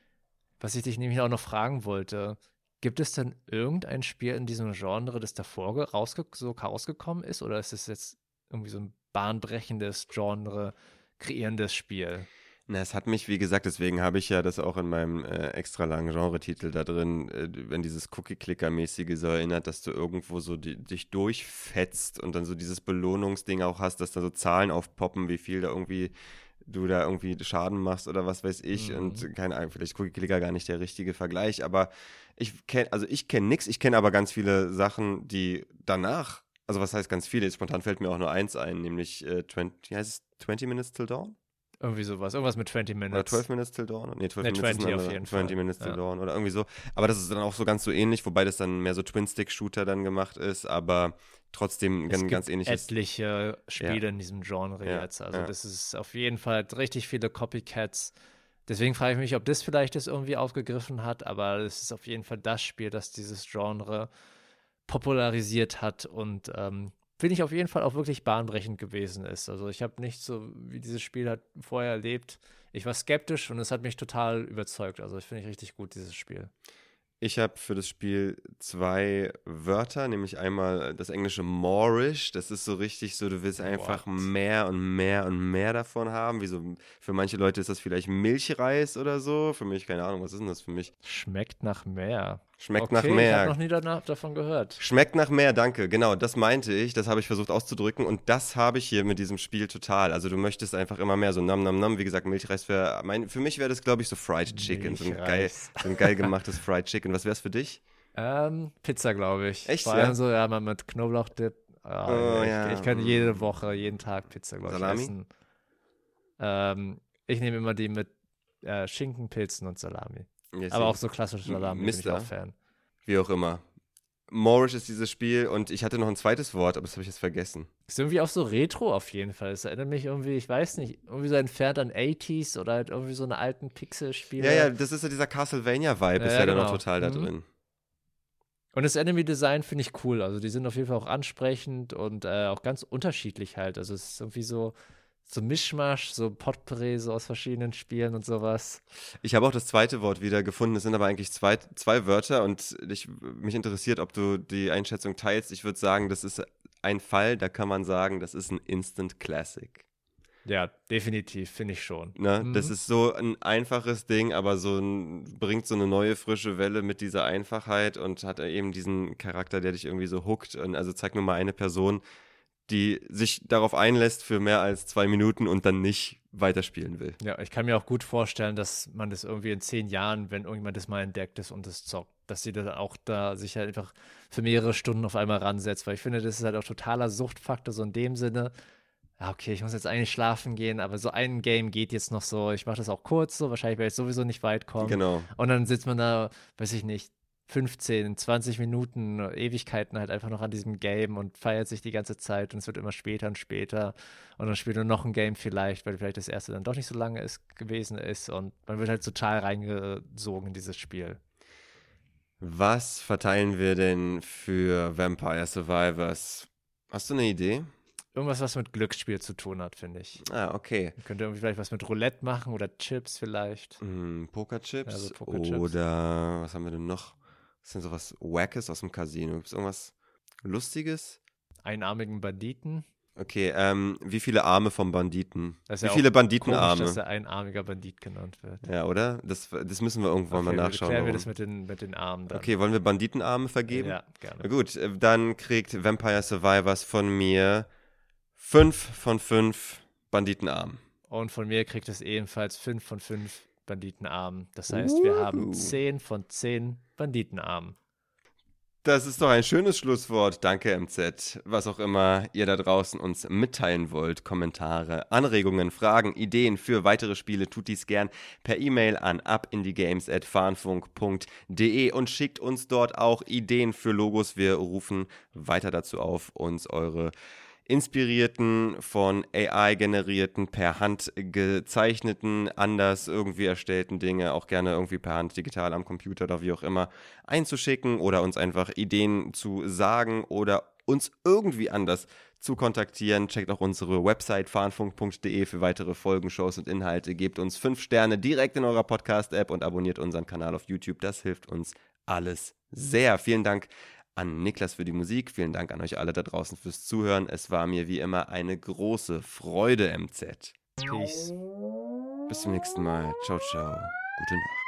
Was ich dich nämlich auch noch fragen wollte, gibt es denn irgendein Spiel in diesem Genre, das davor ge- rausge so rausgekommen ist oder ist es jetzt irgendwie so ein bahnbrechendes Genre kreierendes Spiel? Na, es hat mich, wie gesagt, deswegen habe ich ja das auch in meinem äh, extra langen Genre-Titel da drin, äh, wenn dieses Cookie-Clicker-mäßige so erinnert, dass du irgendwo so die, dich durchfetzt und dann so dieses Belohnungsding auch hast, dass da so Zahlen aufpoppen, wie viel da irgendwie du da irgendwie Schaden machst oder was weiß ich. Mhm. Und keine Ahnung, vielleicht ist Cookie-Clicker gar nicht der richtige Vergleich, aber ich kenne, also ich kenne nichts, ich kenne aber ganz viele Sachen, die danach, also was heißt ganz viele, spontan fällt mir auch nur eins ein, nämlich äh, zwanzig, wie heißt es, twenty Minutes Till Dawn? Irgendwie sowas, irgendwas mit zwanzig Oder Minutes. twelve Minutes Till Dawn? Nee, twelve Nee, Minutes ist zwanzig ein auf anderer. jeden twenty Fall. Minutes Till Ja. Dawn oder irgendwie so. Aber das ist dann auch so ganz so ähnlich, wobei das dann mehr so Twin-Stick-Shooter dann gemacht ist, aber trotzdem Es ganz, gibt ganz ähnliches. etliche Spiele Ja. in diesem Genre Ja, jetzt. Also ja. das ist auf jeden Fall richtig viele Copycats. Deswegen frage ich mich, ob das vielleicht das irgendwie aufgegriffen hat, aber es ist auf jeden Fall das Spiel, das dieses Genre popularisiert hat und ähm, finde ich auf jeden Fall auch wirklich bahnbrechend gewesen ist. Also ich habe nicht so, wie dieses Spiel halt vorher erlebt. Ich war skeptisch und es hat mich total überzeugt. Also ich finde ich richtig gut, dieses Spiel. Ich habe für das Spiel zwei Wörter, nämlich einmal das englische Moorish. Das ist so richtig so, du willst einfach What? mehr und mehr und mehr davon haben. Wie so, für manche Leute ist das vielleicht Milchreis oder so. Für mich, keine Ahnung, was ist denn das für mich? Schmeckt nach Meer. Schmeckt okay, nach ich Meer. habe noch nie danach, davon gehört. Schmeckt nach mehr, danke. Genau, das meinte ich. Das habe ich versucht auszudrücken. Und das habe ich hier mit diesem Spiel total. Also du möchtest einfach immer mehr so nam nam nam. Wie gesagt, Milchreis wäre, mein, für mich wäre das, glaube ich, so Fried Chicken. So ein, geil, so ein geil gemachtes Fried Chicken. Was wäre es für dich? Ähm, Pizza, glaube ich. Echt, Vor ja? allem so, ja, mal mit Knoblauchdip. Ah, Oh, ich, ja. ich kann jede Woche, jeden Tag Pizza, glaube ich, Salami? essen. Ähm, ich nehme immer die mit äh, Schinken, Pilzen und Salami. Yes, Aber ja. auch so klassische Salami bin ich Mister. auch Fan. Wie auch immer. Moorish ist dieses Spiel und ich hatte noch ein zweites Wort, aber das habe ich jetzt vergessen. Ist irgendwie auch so retro auf jeden Fall. Es erinnert mich irgendwie, ich weiß nicht, irgendwie so entfernt an achtziger oder halt irgendwie so eine alten Pixel-Spiele. Ja, ja, das ist so dieser Castlevania-Vibe, ist Ja, ja dann auch genau. total da Mhm. drin. Und das Enemy-Design finde ich cool. Also die sind auf jeden Fall auch ansprechend und äh, auch ganz unterschiedlich halt. Also es ist irgendwie so, so Mischmasch, so Potpourri so aus verschiedenen Spielen und sowas. Ich habe auch das zweite Wort wieder gefunden. Es sind aber eigentlich zwei, zwei Wörter und ich, mich interessiert, ob du die Einschätzung teilst. Ich würde sagen, das ist ein Fall, da kann man sagen, das ist ein Instant Classic. Ja, definitiv, finde ich schon. Ne? Mhm. Das ist so ein einfaches Ding, aber so ein, bringt so eine neue frische Welle mit dieser Einfachheit und hat eben diesen Charakter, der dich irgendwie so hookt. Und also zeig nur mal eine Person, die sich darauf einlässt für mehr als zwei Minuten und dann nicht weiterspielen will. Ja, ich kann mir auch gut vorstellen, dass man das irgendwie in zehn Jahren, wenn irgendjemand das mal entdeckt ist und das zockt, dass sie dann auch da sich halt einfach für mehrere Stunden auf einmal ransetzt, weil ich finde, das ist halt auch totaler Suchtfaktor, so in dem Sinne, ja, okay, ich muss jetzt eigentlich schlafen gehen, aber so ein Game geht jetzt noch so, ich mache das auch kurz so, wahrscheinlich werde ich sowieso nicht weit kommen. Genau. Und dann sitzt man da, weiß ich nicht, fünfzehn, zwanzig Minuten, Ewigkeiten halt einfach noch an diesem Game und feiert sich die ganze Zeit und es wird immer später und später und dann spielt man noch ein Game vielleicht, weil vielleicht das erste dann doch nicht so lange ist, gewesen ist und man wird halt total reingesogen in dieses Spiel. Was verteilen wir denn für Vampire Survivors? Hast du eine Idee? Irgendwas, was mit Glücksspiel zu tun hat, finde ich. Ah, okay. Man könnte irgendwie vielleicht was mit Roulette machen oder Chips vielleicht. Hm, Pokerchips Ja, so Pokerchips. oder was haben wir denn noch? Was ist denn sowas Wackes aus dem Casino? Gibt es irgendwas Lustiges? Einarmigen Banditen. Okay, ähm, wie viele Arme vom Banditen? Das ist Wie ja viele auch Komisch, Banditenarme? dass er einarmiger Bandit genannt wird. Ja, oder? Das, das müssen wir irgendwann mal Okay, nachschauen. klären wir warum. das mit den, mit den Armen dann. Okay, wollen wir Banditenarme vergeben? Ja, gerne. Na gut, äh, dann kriegt Vampire Survivors von mir fünf von fünf Banditenarmen. Und von mir kriegt es ebenfalls fünf von fünf Banditenarmen. Das heißt, wir haben Uh. zehn von zehn Banditenarmen. Das ist doch ein schönes Schlusswort. Danke, M Z. Was auch immer ihr da draußen uns mitteilen wollt, Kommentare, Anregungen, Fragen, Ideen für weitere Spiele, tut dies gern per E-Mail an abindiegames at farnfunk punkt de und schickt uns dort auch Ideen für Logos. Wir rufen weiter dazu auf, uns eure inspirierten, von A I generierten, per Hand gezeichneten, anders irgendwie erstellten Dinge, auch gerne irgendwie per Hand, digital am Computer oder wie auch immer, einzuschicken oder uns einfach Ideen zu sagen oder uns irgendwie anders zu kontaktieren. Checkt auch unsere Website farnfunk punkt de für weitere Folgen, Shows und Inhalte. Gebt uns fünf Sterne direkt in eurer Podcast-App und abonniert unseren Kanal auf YouTube. Das hilft uns alles sehr. Vielen Dank an Niklas für die Musik. Vielen Dank an euch alle da draußen fürs Zuhören. Es war mir wie immer eine große Freude, M Z. Peace. Bis zum nächsten Mal. Ciao, ciao. Gute Nacht.